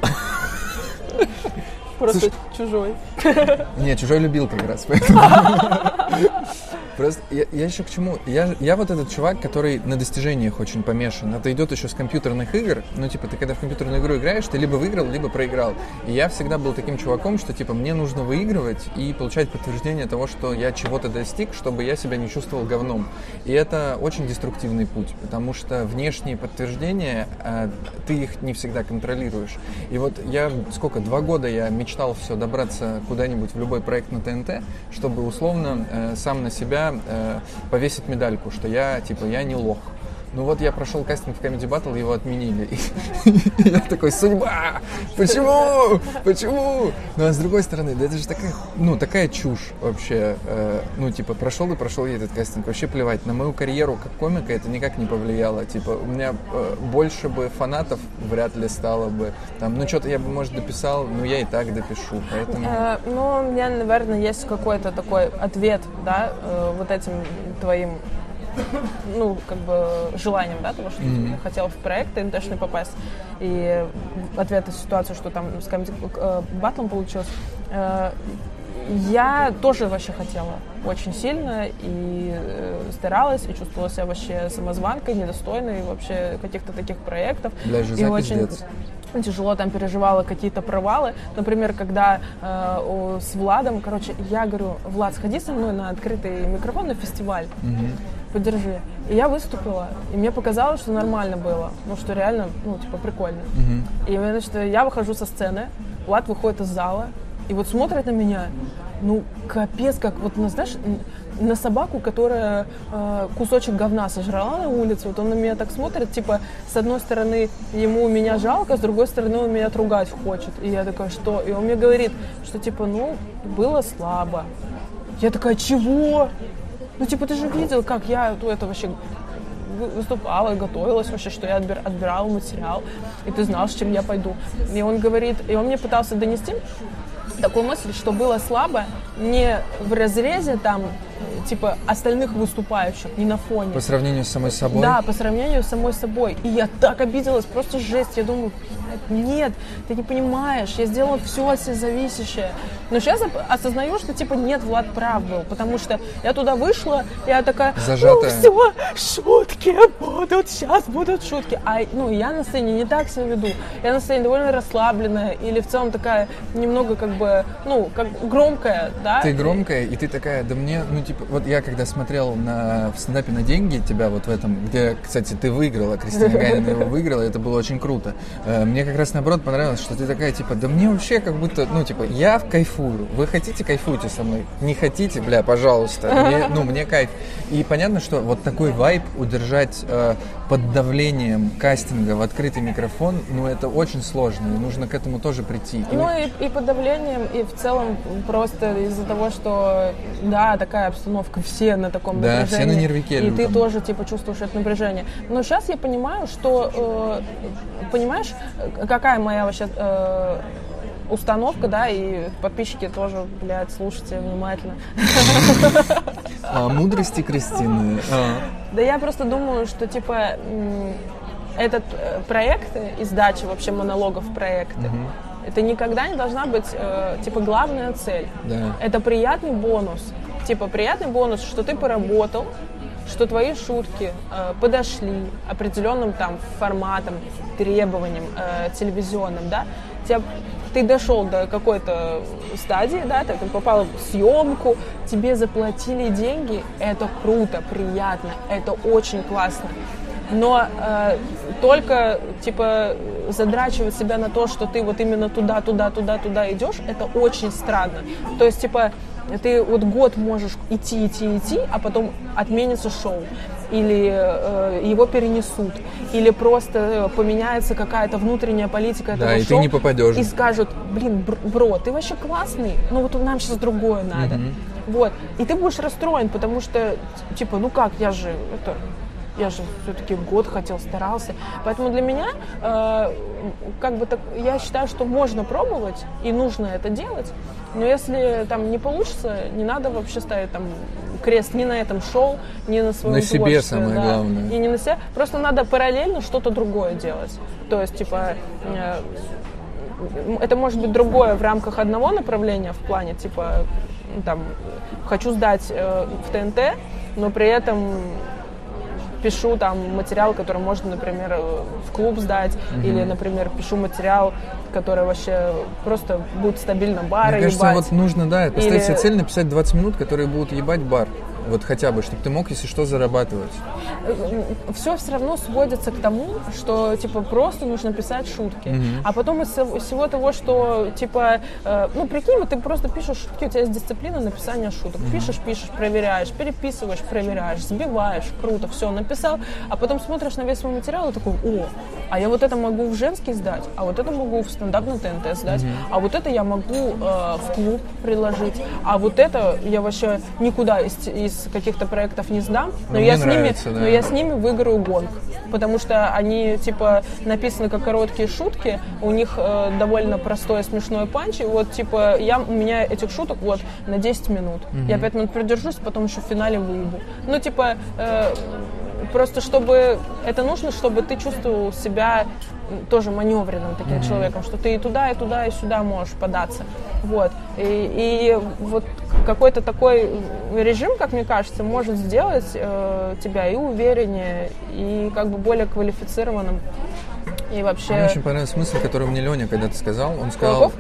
Просто чужой. Не, чужой любил как раз, поэтому... Просто я еще к чему? Я вот этот чувак, который на достижениях очень помешан. Это идет еще с компьютерных игр. Ну, типа, ты когда в компьютерную игру играешь, ты либо выиграл, либо проиграл. И я всегда был таким чуваком, что, типа, мне нужно выигрывать и получать подтверждение того, что я чего-то достиг, чтобы я себя не чувствовал говном. И это очень деструктивный путь, потому что внешние подтверждения, ты их не всегда контролируешь. И вот я, 2 года я мечтал все добраться куда-нибудь в любой проект на ТНТ, чтобы условно сам на себя повесить медальку, что я не лох. Ну вот я прошел кастинг в Comedy Battle, его отменили. И я такой, судьба! Почему? Почему? Ну а с другой стороны, да это же такая чушь вообще. Ну типа прошел я этот кастинг, вообще плевать. На мою карьеру как комика это никак не повлияло. Типа у меня больше бы фанатов вряд ли стало бы. Там, ну что-то я бы, может, дописал, но я и так допишу, поэтому... Ну, у меня, наверное, есть какой-то такой ответ, да, вот этим твоим, ну, как бы желанием, да, того, что ты хотел в проект ТНТ-шный попасть, и ответ на ситуацию, что там с батлом получилось. Я тоже вообще хотела очень сильно и старалась, и чувствовала себя вообще самозванкой, недостойной вообще каких-то таких проектов. Бля, жиза, и очень пиздец. тяжело там переживала какие-то провалы. Например, когда с Владом, я говорю, Влад, сходи со мной на открытый микрофон на фестиваль, подержи. И я выступила, и мне показалось, что нормально было, ну, что реально, ну, типа, прикольно. И, значит, я выхожу со сцены, Влад выходит из зала, и вот смотрит на меня, ну, капец, как, вот, ну, знаешь, на собаку, которая кусочек говна сожрала на улице, вот он на меня так смотрит, типа, с одной стороны, ему меня жалко, с другой стороны, он меня отругать хочет. И я такая, что? И он мне говорит, что, типа, ну, было слабо. Я такая, чего? Ну, типа, ты же видел, как я это вообще выступала, готовилась вообще, что я отбирала материал, и ты знал, с чем я пойду. И он говорит, и он мне пытался донести такую мысль, что было слабо не в разрезе там, типа, остальных выступающих, не на фоне. По сравнению с самой собой? Да, по сравнению с самой собой. И я так обиделась, просто жесть. Я думаю, нет, ты не понимаешь, я сделала все от себя зависящее. Но сейчас осознаю, что, типа, нет, Влад прав был, потому что я туда вышла, я такая, зажатая. Ну все, шутки будут, сейчас будут шутки. Я на сцене не так себя веду. Я на сцене довольно расслабленная или в целом такая немного как бы, ну, как громкая, да. Ты громкая, и ты такая, да мне, ну, типа, вот я когда смотрел в стендапе на деньги тебя вот в этом, где, кстати, ты выиграла, Кристина Ганина его выиграла, это было очень круто. Мне как раз наоборот понравилось, что ты такая, типа, да мне вообще как будто, ну, типа, я кайфую, вы хотите, кайфуйте со мной, не хотите, бля, пожалуйста, мне кайф. И понятно, что вот такой вайб удержать под давлением кастинга в открытый микрофон, ну, это очень сложно, и нужно к этому тоже прийти. Ну, и под давлением, и в целом просто из-за того, что, да, такая обстановка, все на таком напряжении. Да, все на нервике. И ты тоже, типа, чувствуешь это напряжение. Но сейчас я понимаю, что, понимаешь, какая моя вообще установка, да, и подписчики тоже, блядь, слушайте внимательно. Мудрости Кристины. Да я просто думаю, что, типа, этот проект, издача вообще монологов проекта, это никогда не должна быть, типа, главная цель. Да. Это приятный бонус. Типа, приятный бонус, что ты поработал, что твои шутки подошли определенным там форматам, требованиям телевизионным, да, ты дошел до какой-то стадии, да, ты попал в съемку, тебе заплатили деньги, это круто, приятно, это очень классно. Но только, типа, задрачивать себя на то, что ты вот именно туда идешь, это очень странно. То есть, типа, ты вот год можешь идти, а потом отменится шоу, или его перенесут, или просто поменяется какая-то внутренняя политика этого шоу. И ты не попадешь. И скажут, блин, бро, ты вообще классный, но вот нам сейчас другое надо. Вот. И ты будешь расстроен, потому что, типа, ну как, я же все-таки год хотел, старался. Поэтому для меня, как бы так, я считаю, что можно пробовать и нужно это делать. Но если там не получится, не надо вообще ставить там крест ни на этом шоу, ни на своем творчестве. На себе самое главное. И не на себя. Просто надо параллельно что-то другое делать. То есть, типа, это может быть другое в рамках одного направления в плане, типа, там, хочу сдать в ТНТ, но при этом пишу там материал, который можно, например, в клуб сдать, или, например, пишу материал, который вообще просто будет стабильно бары ебать. Мне кажется, вот нужно, поставить себе цель написать 20 минут, которые будут ебать бар. Вот хотя бы, чтобы ты мог, если что, зарабатывать. Все равно сводится к тому, что, типа, просто нужно писать шутки. А потом из всего того, что, типа, ну, прикинь, вот ты просто пишешь шутки, у тебя есть дисциплина написания шуток. Пишешь, проверяешь, переписываешь, проверяешь, сбиваешь, круто, все, написал. А потом смотришь на весь свой материал и такой, а я вот это могу в женский сдать, а вот это могу в стендап на ТНТ сдать, а вот это я могу в клуб предложить, а вот это я вообще никуда из каких-то проектов не сдам, но я с ними выиграю гонг, потому что они, типа, написаны как короткие шутки, у них довольно простой смешной панч, и вот, типа, у меня этих шуток вот на 10 минут. Я 5 минут продержусь, потом еще в финале выебу. Ну, типа, просто чтобы это нужно, чтобы ты чувствовал себя тоже маневренным таким человеком, что ты и туда, и сюда можешь податься. Вот. И вот какой-то такой режим, как мне кажется, может сделать тебя и увереннее, и как бы более квалифицированным. И вообще... Мне очень понравился смысл, который мне Леня когда-то сказал. Он сказал,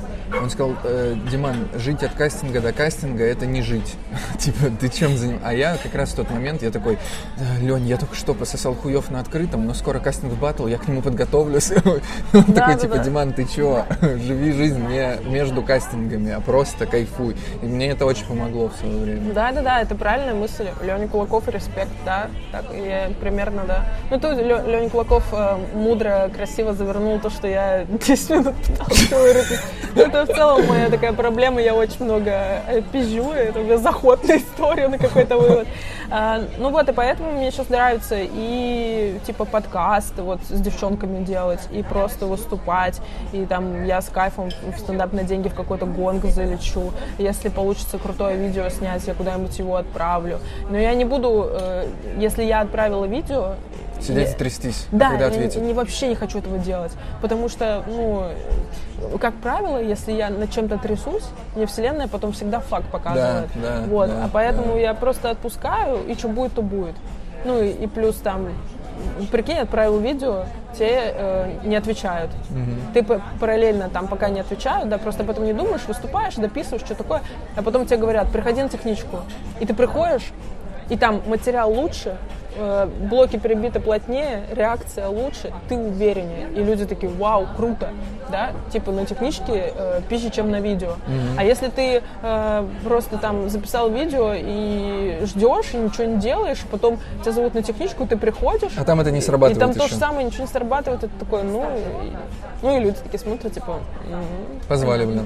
Диман, жить от кастинга до кастинга — это не жить. Типа, ты чем занимаешься? А я как раз в тот момент, я такой, Лень, я только что пососал хуев на открытом, но скоро кастинг в баттл, я к нему подготовлюсь. Он такой, типа, Диман, ты чё? Живи жизнь не между кастингами, а просто кайфуй. И мне это очень помогло в свое время. Да, это правильная мысль. Леня Кулаков, респект, да. Так, я примерно, да. Ну, тут Леня Кулаков мудро, красиво завернул то, что я 10 минут пыталась вырубить. Это в целом моя такая проблема, я очень много пизжу, это у меня заход на историю, на какой-то вывод. Ну вот, и поэтому мне сейчас нравится и типа подкасты вот с девчонками делать, и просто выступать, и там я с кайфом в стендап на деньги в какой-то гонг залечу. Если получится крутое видео снять, я куда-нибудь его отправлю. Но я не буду, если я отправила видео, сидеть и трястись, да, когда ответит. Я вообще не хочу этого делать, потому что, ну, как правило, если я над чем-то трясусь, мне вселенная потом всегда факт показывает. Поэтому я просто отпускаю, и что будет, то будет. Ну и плюс там, прикинь, отправил видео, тебе не отвечают. Ты параллельно там пока не отвечают, да, просто об этом не думаешь, выступаешь, дописываешь, что такое, а потом тебе говорят, приходи на техничку. И ты приходишь, и там материал лучше, блоки перебиты плотнее, реакция лучше, ты увереннее. И люди такие, вау, круто, да, типа на техничке пизже, чем на видео. А если ты просто там записал видео и ждешь, и ничего не делаешь, потом тебя зовут на техничку, ты приходишь, а там это не срабатывает. И там еще. То же самое, ничего не срабатывает, это такое, ну и люди такие смотрят, типа... Позвали, блин.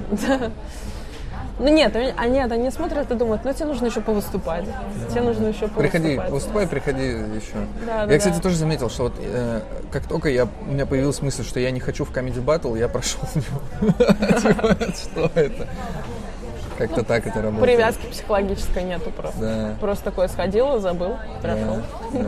Ну нет, они смотрят и думают, тебе нужно еще повыступать. Тебе нужно еще повыступать. Приходи, выступай, приходи еще. Я, кстати, тоже заметил, что вот как только у меня появилась мысль, что я не хочу в Comedy Battle, я прошел в него. Что это? Как-то так это работает. Привязки психологической нету просто. Да. Просто такое сходила, забыл, прошел.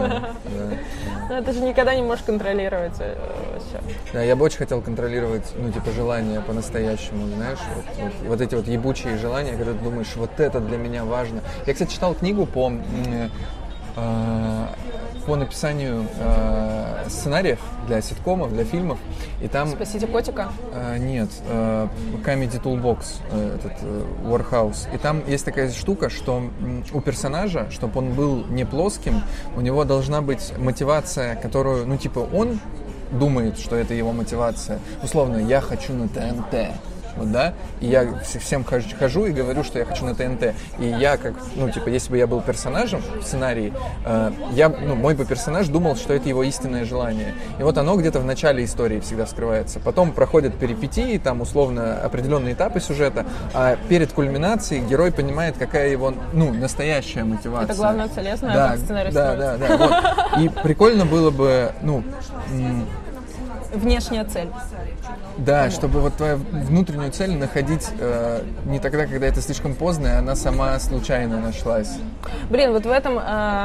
Но это же никогда не можешь контролировать все. Да, я бы очень хотел контролировать, желания по-настоящему, знаешь, вот эти вот ебучие желания, когда ты думаешь, вот это для меня важно. Я, кстати, читал книгу по по написанию сценариев для ситкомов, для фильмов. И там... «Спасите котика»? Нет, Comedy Toolbox, этот Warehouse. И там есть такая штука, что у персонажа, чтобы он был не плоским, у него должна быть мотивация, которую, ну, типа, он думает, что это его мотивация. Условно, я хочу на ТНТ. Вот, да, и я всем хожу и говорю, что я хочу на ТНТ. И я как, ну, типа, если бы я был персонажем в сценарии, мой бы персонаж думал, что это его истинное желание. И вот оно где-то в начале истории всегда скрывается. Потом проходят перипетии, там, условно, определенные этапы сюжета, а перед кульминацией герой понимает, какая его, ну, настоящая мотивация. Это главная цель, я знаю, как сценарий строится. Да. Вот. И прикольно было бы, ну... Внешняя цель. Да, чтобы вот твою внутреннюю цель находить не тогда, когда это слишком поздно, а она сама случайно нашлась. Блин, вот в этом,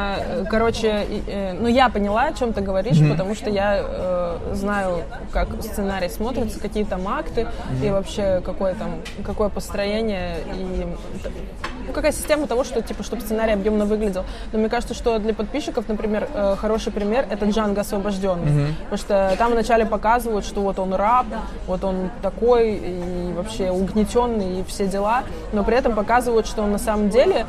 ну я поняла, о чем ты говоришь, потому что я знаю, как сценарий смотрится, какие там акты и вообще какое построение и какая система того, что типа, чтобы сценарий объемно выглядел. Но мне кажется, что для подписчиков, например, хороший пример — это «Джанго освобожденный», потому что там вначале показывают, что вот он раб, вот он такой и вообще угнетенный и все дела, но при этом показывают, что он на самом деле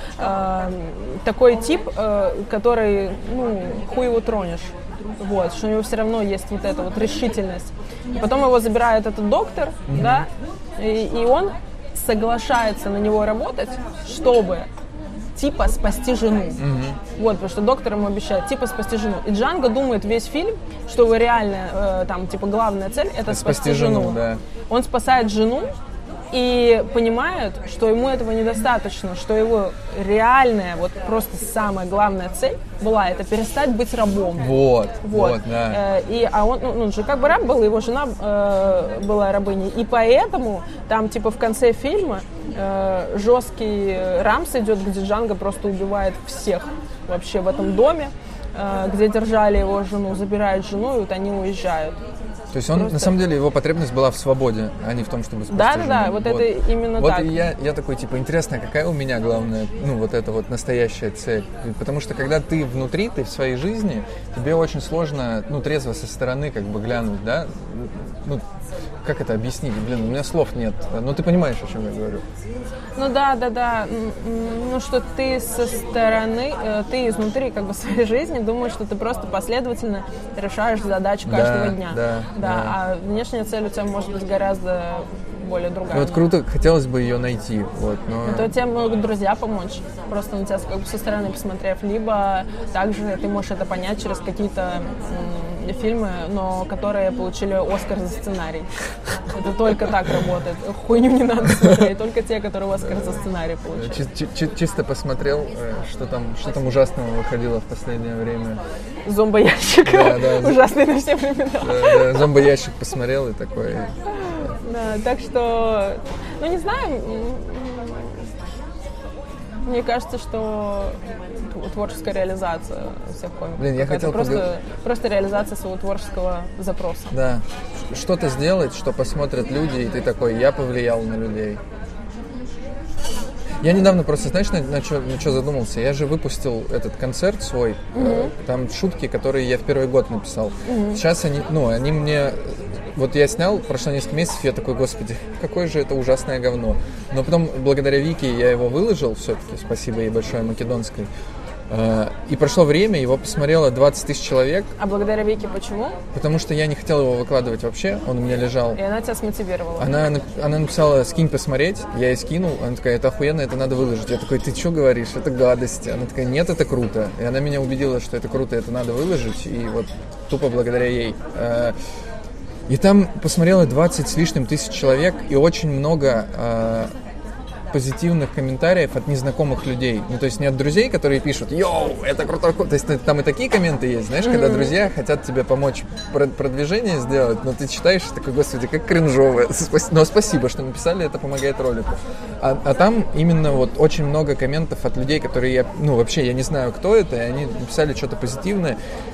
такой тип, который, ну, хуй его тронешь. Вот, что у него все равно есть вот эта вот решительность. И потом его забирает этот доктор, да, и он соглашается на него работать, чтобы типа спасти жену. Вот, потому что доктор ему обещает типа спасти жену. И Джанго думает весь фильм, что его реально там типа главная цель — это спасти жену. Да. Он спасает жену и понимает, что ему этого недостаточно, что его реальная, вот просто самая главная цель была — это перестать быть рабом. Вот, да. А он же как бы раб был, его жена была рабыней. И поэтому там типа в конце фильма жесткий рамс идет, где Джанго просто убивает всех вообще в этом доме, где держали его жену, забирает жену, и вот они уезжают. То есть он, просто... на самом деле, его потребность была в свободе, а не в том, чтобы спасти жену. Да, вот это именно вот так. Вот и я такой, типа, интересно, какая у меня главная, ну, вот эта вот настоящая цель. Потому что, когда ты внутри, ты в своей жизни, тебе очень сложно, ну, трезво со стороны как бы глянуть, да? Ну, как это объяснить? Блин, у меня слов нет. Ну, ты понимаешь, о чем я говорю. Ну, да. Ну, что ты со стороны, ты изнутри как бы своей жизни думаешь, что ты просто последовательно решаешь задачи каждого дня. Да. А внешняя цель у тебя может быть гораздо более другая. Ну, вот круто, хотелось бы ее найти. Вот, но... Это тебе могут друзья помочь, просто на тебя как бы со стороны посмотрев. Либо также ты можешь это понять через какие-то фильмы, но которые получили «Оскар» за сценарий. Это только так работает. Хуйню не надо смотреть, только те, которые «Оскар» за сценарий получили. Чисто посмотрел, что там ужасного выходило в последнее время. Зомбоящик. Да. Ужасный на все времена. Да, зомбоящик посмотрел и такой... Да, так что, ну не знаю, мне кажется, что творческая реализация всех комиков. Блин, я хотел просто реализация своего творческого запроса. Да, что-то сделать, что посмотрят люди, и ты такой, я повлиял на людей. Я недавно просто, знаешь, на что задумался? Я же выпустил этот концерт свой, там шутки, которые я в первый год написал. Сейчас они мне... Вот я снял, прошло несколько месяцев, я такой, господи, какое же это ужасное говно. Но потом, благодаря Вике, я его выложил все-таки, спасибо ей большое, Македонской. И прошло время, его посмотрело 20 тысяч человек. А благодаря Вике почему? Потому что я не хотел его выкладывать вообще, он у меня лежал. И она тебя смотивировала? Она написала, скинь посмотреть, я ей скинул, она такая, это охуенно, это надо выложить. Я такой, ты что говоришь, это гадость. Она такая, нет, это круто. И она меня убедила, что это круто, это надо выложить, и вот тупо благодаря ей. И там посмотрело 20 с лишним тысяч человек, и очень много позитивных комментариев от незнакомых людей. Ну, то есть не от друзей, которые пишут, йоу, это круто. То есть там и такие комменты есть, знаешь, когда друзья хотят тебе помочь продвижение сделать, но ты читаешь и такой, господи, как кринжово. Но спасибо, что написали, это помогает ролику. А там именно вот очень много комментов от людей, которые вообще я не знаю, кто это, и они написали что-то позитивное.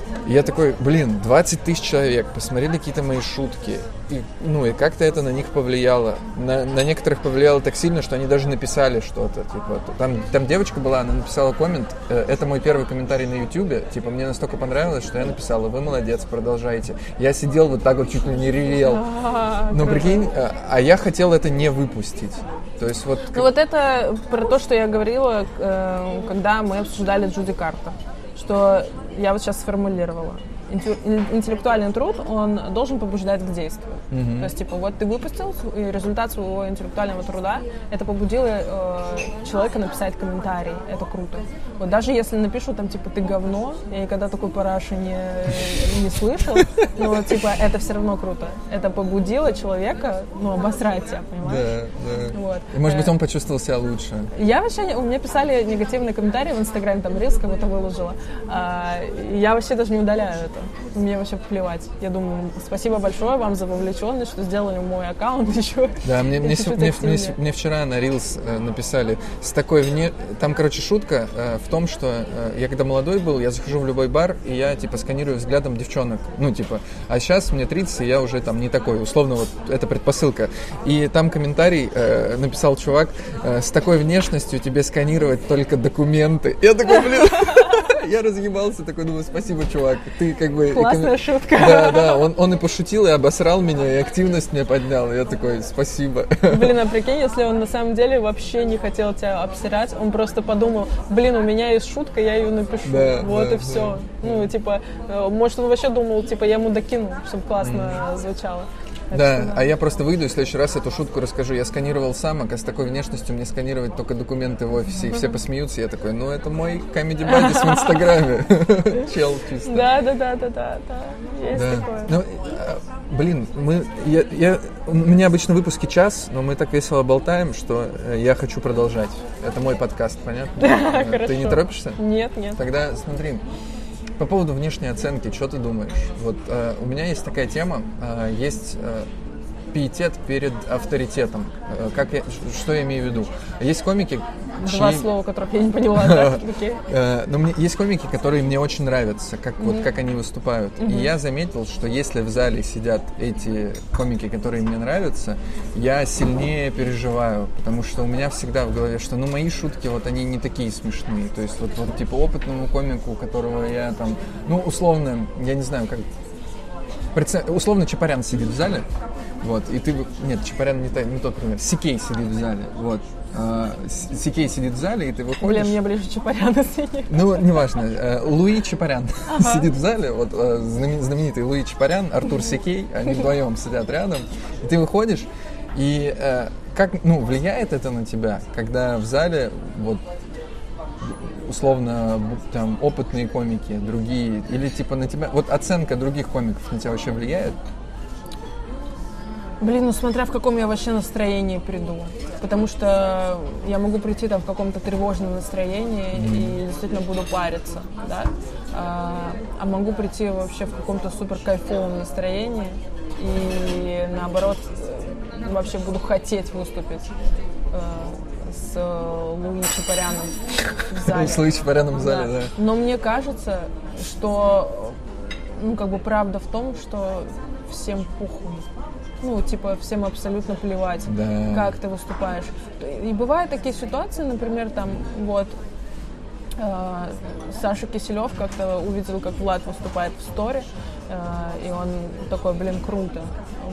И я такой, 20 тысяч человек посмотрели какие-то мои шутки. И как-то это на них повлияло. На некоторых повлияло так сильно, что они даже написали что-то. Типа, там девочка была, она написала коммент. Это мой первый комментарий на Ютубе. Типа, мне настолько понравилось, что я написала: вы молодец, продолжайте. Я сидел вот так вот, чуть ли не ревел. Но прикинь, а я хотел это не выпустить. То есть вот... Ну вот это про то, что я говорила, когда мы обсуждали Джуди Картер. Что я вот сейчас сформулировала. Интеллектуальный труд, он должен побуждать к действию. То есть, типа, вот ты выпустил, и результат своего интеллектуального труда, это побудило человека написать комментарий. Это круто. Вот даже если напишут там, типа, ты говно, я никогда такой параши не слышал, но, типа, это все равно круто. Это побудило человека, обосрать тебя, понимаешь? Да. Вот. И, может быть, он почувствовал себя лучше. У меня писали негативные комментарии в Инстаграме, там, рилс кого-то выложила. Я вообще даже не удаляю это. Мне вообще плевать. Я думаю, спасибо большое вам за вовлеченность, что сделали мой аккаунт еще. Да, мне вчера на Reels написали с такой Там, короче, шутка в том, что я когда молодой был, я захожу в любой бар, и я, типа, сканирую взглядом девчонок. А сейчас мне 30, и я уже там не такой. Условно, вот это предпосылка. И там комментарий написал чувак: с такой внешностью тебе сканировать только документы. Я такой, я разъебался, такой, думаю, спасибо, чувак. Ты как бы... Классная шутка. Да, он и пошутил, и обосрал меня, и активность мне поднял. Я такой, спасибо. А прикинь, если он на самом деле вообще не хотел тебя обсирать, он просто подумал, у меня есть шутка, я ее напишу. И все. Может, он вообще думал, типа, я ему докину, чтобы классно звучало. Да, а я просто выйду и в следующий раз эту шутку расскажу. Я сканировал сам, а с такой внешностью мне сканировать только документы в офисе. И все посмеются. Я такой, это мой comedy buddies в Инстаграме. Чел чисто. Да. Есть такое. У меня обычно выпуски час, но мы так весело болтаем, что я хочу продолжать. Это мой подкаст, понятно? Ты не торопишься? Нет. Тогда смотри. По поводу внешней оценки, что ты думаешь? Вот у меня есть такая тема, есть пиетет перед авторитетом. Что я имею в виду? Есть комики... Два слова, которых я не поняла. Но есть комики, которые мне очень нравятся, как они выступают. И я заметил, что если в зале сидят эти комики, которые мне нравятся, я сильнее переживаю, потому что у меня всегда в голове, что мои шутки, они не такие смешные. То есть типа опытному комику, которого я там... условно, я не знаю, как... Условно, Чапарян сидит в зале, и ты... Нет, Чапарян не тот пример. Сикей сидит в зале, Сикей сидит в зале, и ты выходишь... мне ближе Чапаряна сидит. Неважно. Луи Чапарян сидит в зале, знаменитый Луи Чапарян, Артур Сикей, они вдвоем сидят рядом, и ты выходишь, и как, влияет это на тебя, когда в зале, условно, там, опытные комики, другие, или типа на тебя, оценка других комиков на тебя вообще влияет? Смотря в каком я вообще настроении приду. Потому что я могу прийти там в каком-то тревожном настроении и действительно буду париться, да. А могу прийти вообще в каком-то супер кайфовом настроении и наоборот вообще буду хотеть выступить с Луи Чапаряном в зале. С Луи Чапаряном в зале, да. Но мне кажется, что правда в том, что всем похуй. Всем абсолютно плевать, как ты выступаешь. И бывают такие ситуации, например, Саша Киселев как-то увидел, как Влад выступает в сторе, и он такой, круто,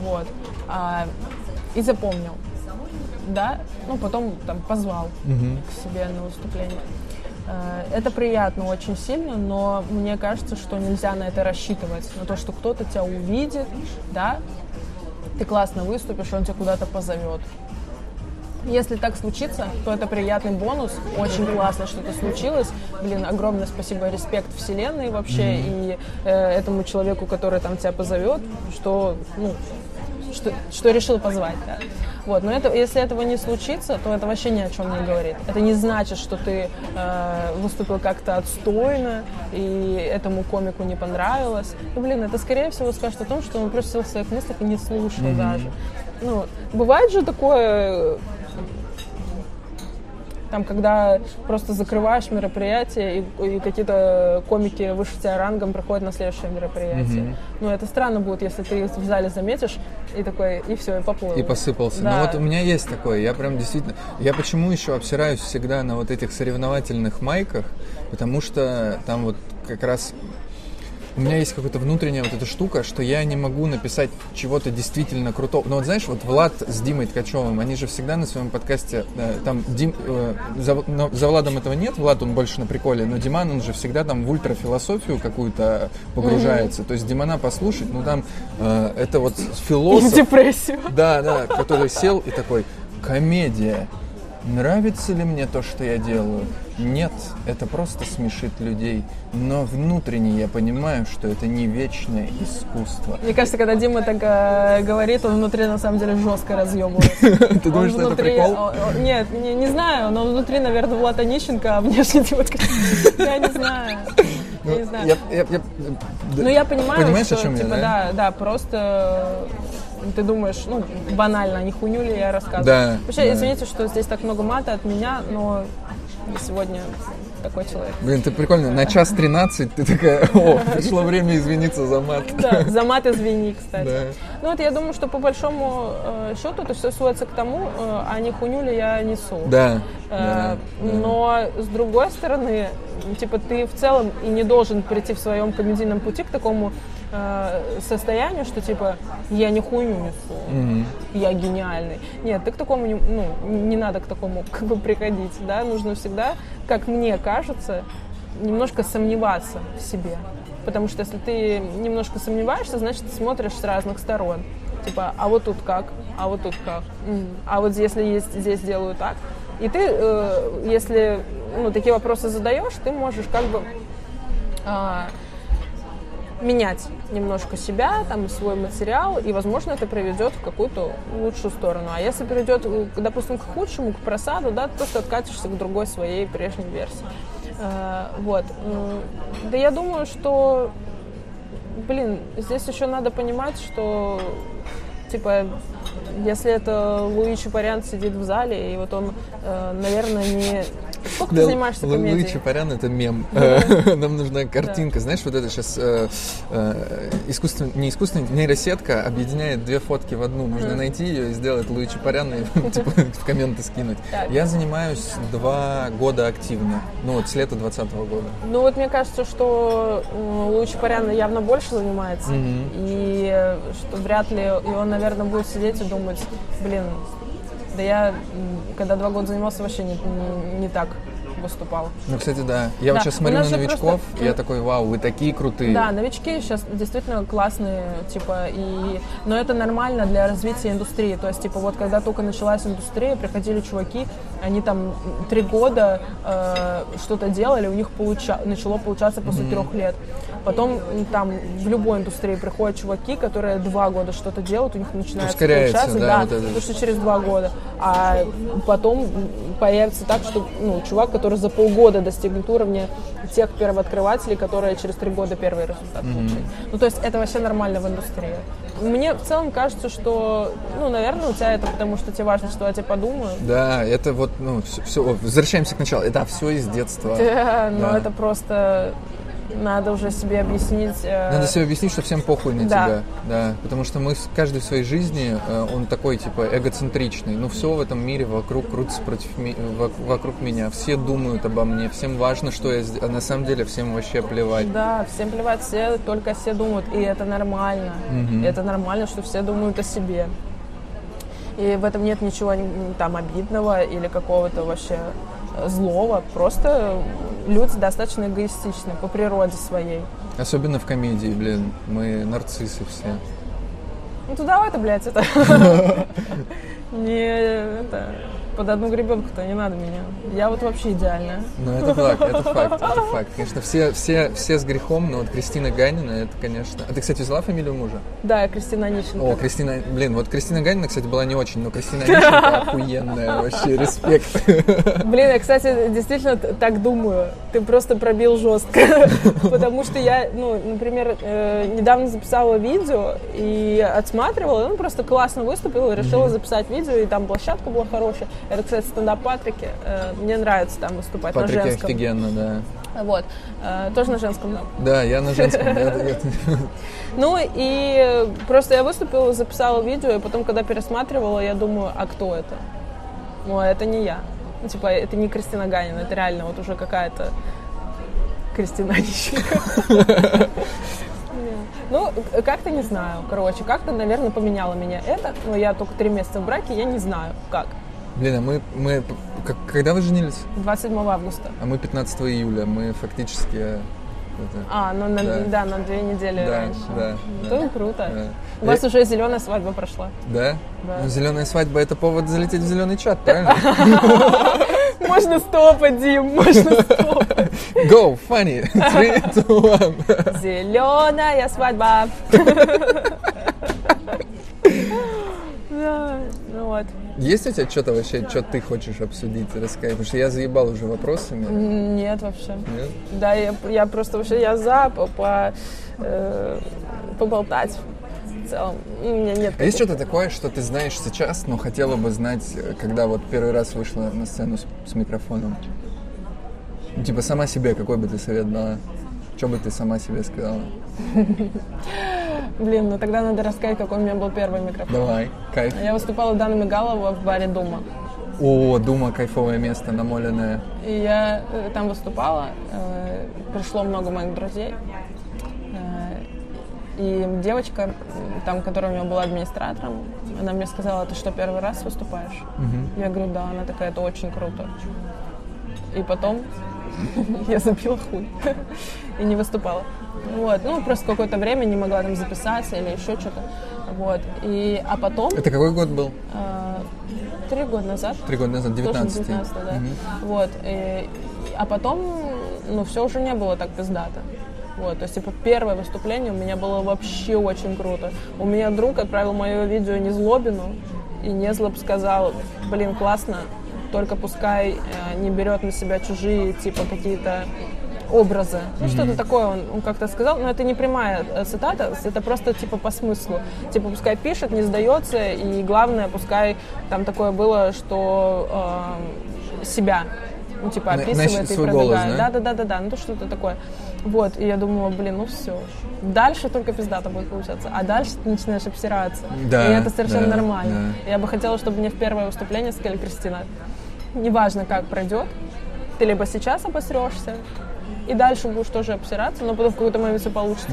и запомнил, да, потом там позвал к себе на выступление. Это приятно очень сильно, но мне кажется, что нельзя на это рассчитывать, на то, что кто-то тебя увидит, да, ты классно выступишь, он тебя куда-то позовет. Если так случится, то это приятный бонус, очень классно, что это случилось. Огромное спасибо, респект вселенной вообще и этому человеку, который там тебя позовет, что решил позвать, да. Но если этого не случится, то это вообще ни о чем не говорит. Это не значит, что ты выступил как-то отстойно, и этому комику не понравилось. Это, скорее всего, скажет о том, что он просто сидел в своих мыслях и не слушал даже. Бывает же такое... Там, когда просто закрываешь мероприятие, и какие-то комики выше тебя рангом приходят на следующее мероприятие. Ну, это странно будет, если ты в зале заметишь, и такой, и все, и поплыл. И посыпался. Да. Ну вот у меня есть такое, я прям действительно... Я почему еще обсираюсь всегда на вот этих соревновательных майках, потому что там вот как раз... У меня есть какая-то внутренняя вот эта штука, что я не могу написать чего-то действительно крутого. Но вот знаешь, вот Влад с Димой Ткачевым, они же всегда на своем подкасте, там за Владом этого нет, Влад, он больше на приколе, но Диман, он же всегда там в ультрафилософию какую-то погружается. То есть Димана послушать, ну там это вот философ. Депрессию. Да, который сел и такой, комедия. Нравится ли мне то, что я делаю? Нет, это просто смешит людей. Но внутренне я понимаю, что это не вечное искусство. Мне кажется, когда Дима так говорит, он внутри на самом деле жестко разъебывается. Ты думаешь, что это прикол? Нет, не знаю, но внутри, наверное, Влад Онищенко, а внешне Дима Ткачев. Я не знаю. Не знаю. Ну, я понимаю, понимаешь, что, о чем типа, я, да, просто ты думаешь, ну, банально, не хуйню ли я рассказываю. Да. Вообще, извините, что здесь так много мата от меня, но сегодня такой человек. Блин, ты прикольно, на 1:13 ты такая, пришло время извиниться за мат. Да, за мат извини, кстати. Да. Ну вот я думаю, что по большому счету это все сводится к тому, а не хуйню ли я несу. Да. Но с другой стороны, типа ты в целом и не должен прийти в своем комедийном пути к такому состоянию, что типа я не хуйню несу, я гениальный. Нет, ты к такому не надо к такому как бы приходить, да, нужно всегда, как мне кажется, немножко сомневаться в себе. Потому что если ты немножко сомневаешься, значит, ты смотришь с разных сторон. Типа, а вот тут как? А вот тут как? А вот если здесь делаю так. И ты, если такие вопросы задаешь, ты можешь как бы менять немножко себя, там, свой материал, и, возможно, это приведет в какую-то лучшую сторону. А если приведет, допустим, к худшему, к просаду, да, ты просто откатишься к другой своей прежней версии. Вот. Да я думаю, что, здесь еще надо понимать, что, типа, если это Луи Чапарян сидит в зале, и вот он, наверное, не... Сколько ты занимаешься комедией? Луи Чапарян — это мем. Нам нужна картинка. Знаешь, вот это сейчас нейросетка объединяет две фотки в одну. Нужно найти ее и сделать Луи Чапаряна и в комменты скинуть. Я занимаюсь 2 года активно. Ну вот с лета 2020 года. Ну вот мне кажется, что Луи Чапарян явно больше занимается. И что вряд ли... И он, наверное, будет сидеть и думать, да я, когда 2 года занимался, вообще не так выступал. Ну, кстати, да. Я вот сейчас смотрю на новичков, и я такой, вау, вы такие крутые. Да, новички сейчас действительно классные, типа, но это нормально для развития индустрии. То есть, типа, вот когда только началась индустрия, приходили чуваки, они там 3 года что-то делали, у них начало получаться после 3 лет. Потом там в любой индустрии приходят чуваки, которые 2 года что-то делают, у них начинается получаться, да, вот потому что через 2 года. А потом появится так, что чувак, который за полгода достигнет уровня тех первооткрывателей, которые через 3 года первый результат получили. Ну, то есть это вообще нормально в индустрии. Мне в целом кажется, что, наверное, у тебя это потому, что тебе важно, что о тебе подумают. Да, это вот, все, возвращаемся к началу. Это все из детства. Да, но это просто... Надо уже себе объяснить... Надо себе объяснить, что всем похуй на тебя. Да, потому что каждый в своей жизни, он такой, типа, эгоцентричный. Все в этом мире вокруг крутится вокруг меня. Все думают обо мне, всем важно, что я сделаю. А на самом деле всем вообще плевать. Да, всем плевать, только все думают. И это нормально. Это нормально, что все думают о себе. И в этом нет ничего там обидного или какого-то вообще злого. Просто люди достаточно эгоистичны по природе своей. Особенно в комедии, мы нарциссы все. Ну давай-то, это... Не, под одну гребенку-то не надо меня. Я вот вообще идеальная. Ну, это факт. Конечно, все с грехом, но вот Кристина Ганина, это, конечно... А ты, кстати, взяла фамилию мужа? Да, Кристина Онищенко. О, Кристина... вот Кристина Ганина, кстати, была не очень, но Кристина Онищенко охуенная, вообще, респект. Я, кстати, действительно так думаю. Ты просто пробил жестко. Потому что я, например, недавно записала видео и отсматривала, просто классно выступила, решила записать видео, и там площадка была хорошая. Это, кстати, стендап Патрики. Мне нравится там выступать на женском. Патрики офигенно, да. Вот. Тоже на женском, да? Да, я на женском. Ну и просто я выступила, записала видео, и потом, когда пересматривала, я думаю, а кто это? Ну, это не я. Ну, типа, это не Кристина Ганина, это реально вот уже какая-то Кристина Онищенко. Ну, как-то не знаю. Короче, как-то, наверное, поменяло меня это. Но я только 3 месяца в браке, я не знаю, как. Блин, а мы когда вы женились? 27 августа. А мы 15 июля. Мы фактически... ну на 2 недели раньше. Да. Это круто. Да. У вас уже зеленая свадьба прошла. Да? Ну, зеленая свадьба — это повод залететь в зеленый чат, правильно? Можно стопать, Дим, можно стопать. Go, funny. 3, 2, 1. Зеленая свадьба. Да, ну вот. Есть у тебя что-то вообще, что ты хочешь обсудить, рассказать? Потому что я заебал уже вопросами. Нет, вообще. Нет? Да, я просто вообще, я за поболтать в целом. У меня нет. А есть что-то такое, что ты знаешь сейчас, но хотела бы знать, когда вот первый раз вышла на сцену с микрофоном? Типа сама себе, какой бы ты совет дала? Что бы ты сама себе сказала? Блин, ну тогда надо рассказать, какой у меня был первый микрофон. Давай, кайф. Я выступала Дана Мигалова в баре «Дума». О, «Дума» — кайфовое место, намоленное. И я там выступала, пришло много моих друзей. И девочка, там, которая у меня была администратором, она мне сказала: ты что, первый раз выступаешь? Угу. Я говорю, да. Она такая: это очень круто. И потом я забила хуй и не выступала. Вот. Ну, просто какое-то время не могла там записаться или еще что-то. Вот. А потом... Это какой год был? 3 года назад. 3 года назад, 19-й. 19, да. Вот. А потом, ну, все уже не было так пиздато. Вот, то есть, типа, первое выступление у меня было вообще очень круто. У меня друг отправил мое видео Незлобину, и Незлоб сказал: блин, классно, только пускай не берет на себя чужие, типа, какие-то образы. Ну, что-то такое он как-то сказал, но это не прямая цитата, это просто, типа, по смыслу. Типа, пускай пишет, не сдается, и главное, пускай там такое было, что себя, ну, типа, описывает и продвигает. Голос, да? Да, ну, то что-то такое. Вот, и я думала, блин, ну все. Дальше только пиздато будет получаться. А дальше ты начинаешь обсираться. Да, и это совершенно нормально. Да. Я бы хотела, чтобы мне в первое выступление сказали: Кристина, неважно, как пройдет, ты либо сейчас обосрешься, и дальше будешь тоже обсираться, но потом в какой-то момент все получится.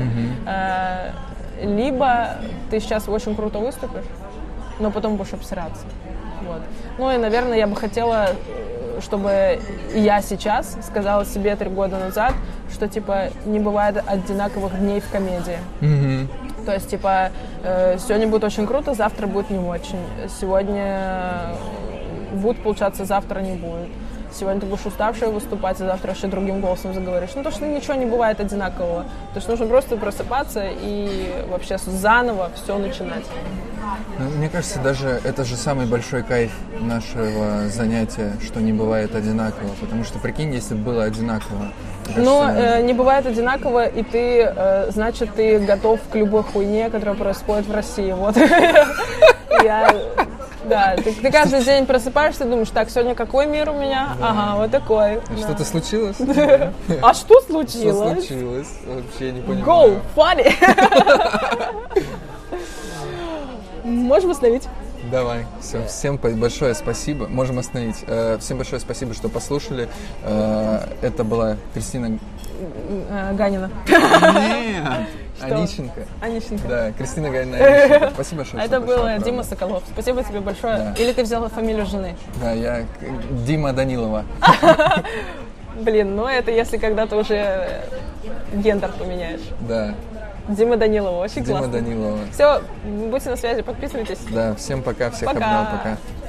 Либо ты сейчас очень круто выступишь, но потом будешь обсираться. Вот. Ну и, наверное, я бы хотела, чтобы я сейчас сказала себе 3 года назад, что, типа, не бывает одинаковых дней в комедии. То есть, типа, сегодня будет очень круто, завтра будет не очень. Сегодня будет получаться, завтра не будет. Сегодня ты будешь уставшая выступать, а завтра вообще другим голосом заговоришь. Ну, то, что ничего не бывает одинакового. То, что нужно просто просыпаться и вообще заново все начинать. Мне кажется, даже это же самый большой кайф нашего занятия, что не бывает одинаково. Потому что, прикинь, если бы было одинаково. Но не бывает одинаково, и ты, значит, ты готов к любой хуйне, которая происходит в России. Вот. Да, ты каждый день просыпаешься и думаешь: так, сегодня какой мир у меня? Да. Ага, вот такой. Что-то случилось? А что случилось? Что случилось? Вообще не понимаю. Go, funny! Можем остановить. Давай. Все. Всем большое спасибо. Можем остановить. Всем большое спасибо, что послушали. Это была Кристина Ганина. Нет. Онищенко. Да, Кристина Ганина Онищенко. Спасибо большое. Это был Дима Соколов. Спасибо тебе большое. Да. Или ты взяла фамилию жены? Да, я Дима Данилова. Блин, ну это если когда ты уже гендер поменяешь. Да. Дима Данилова, очень классно. Дима Данилова. Все, будьте на связи, подписывайтесь. Да, всем пока, всех обнял, пока.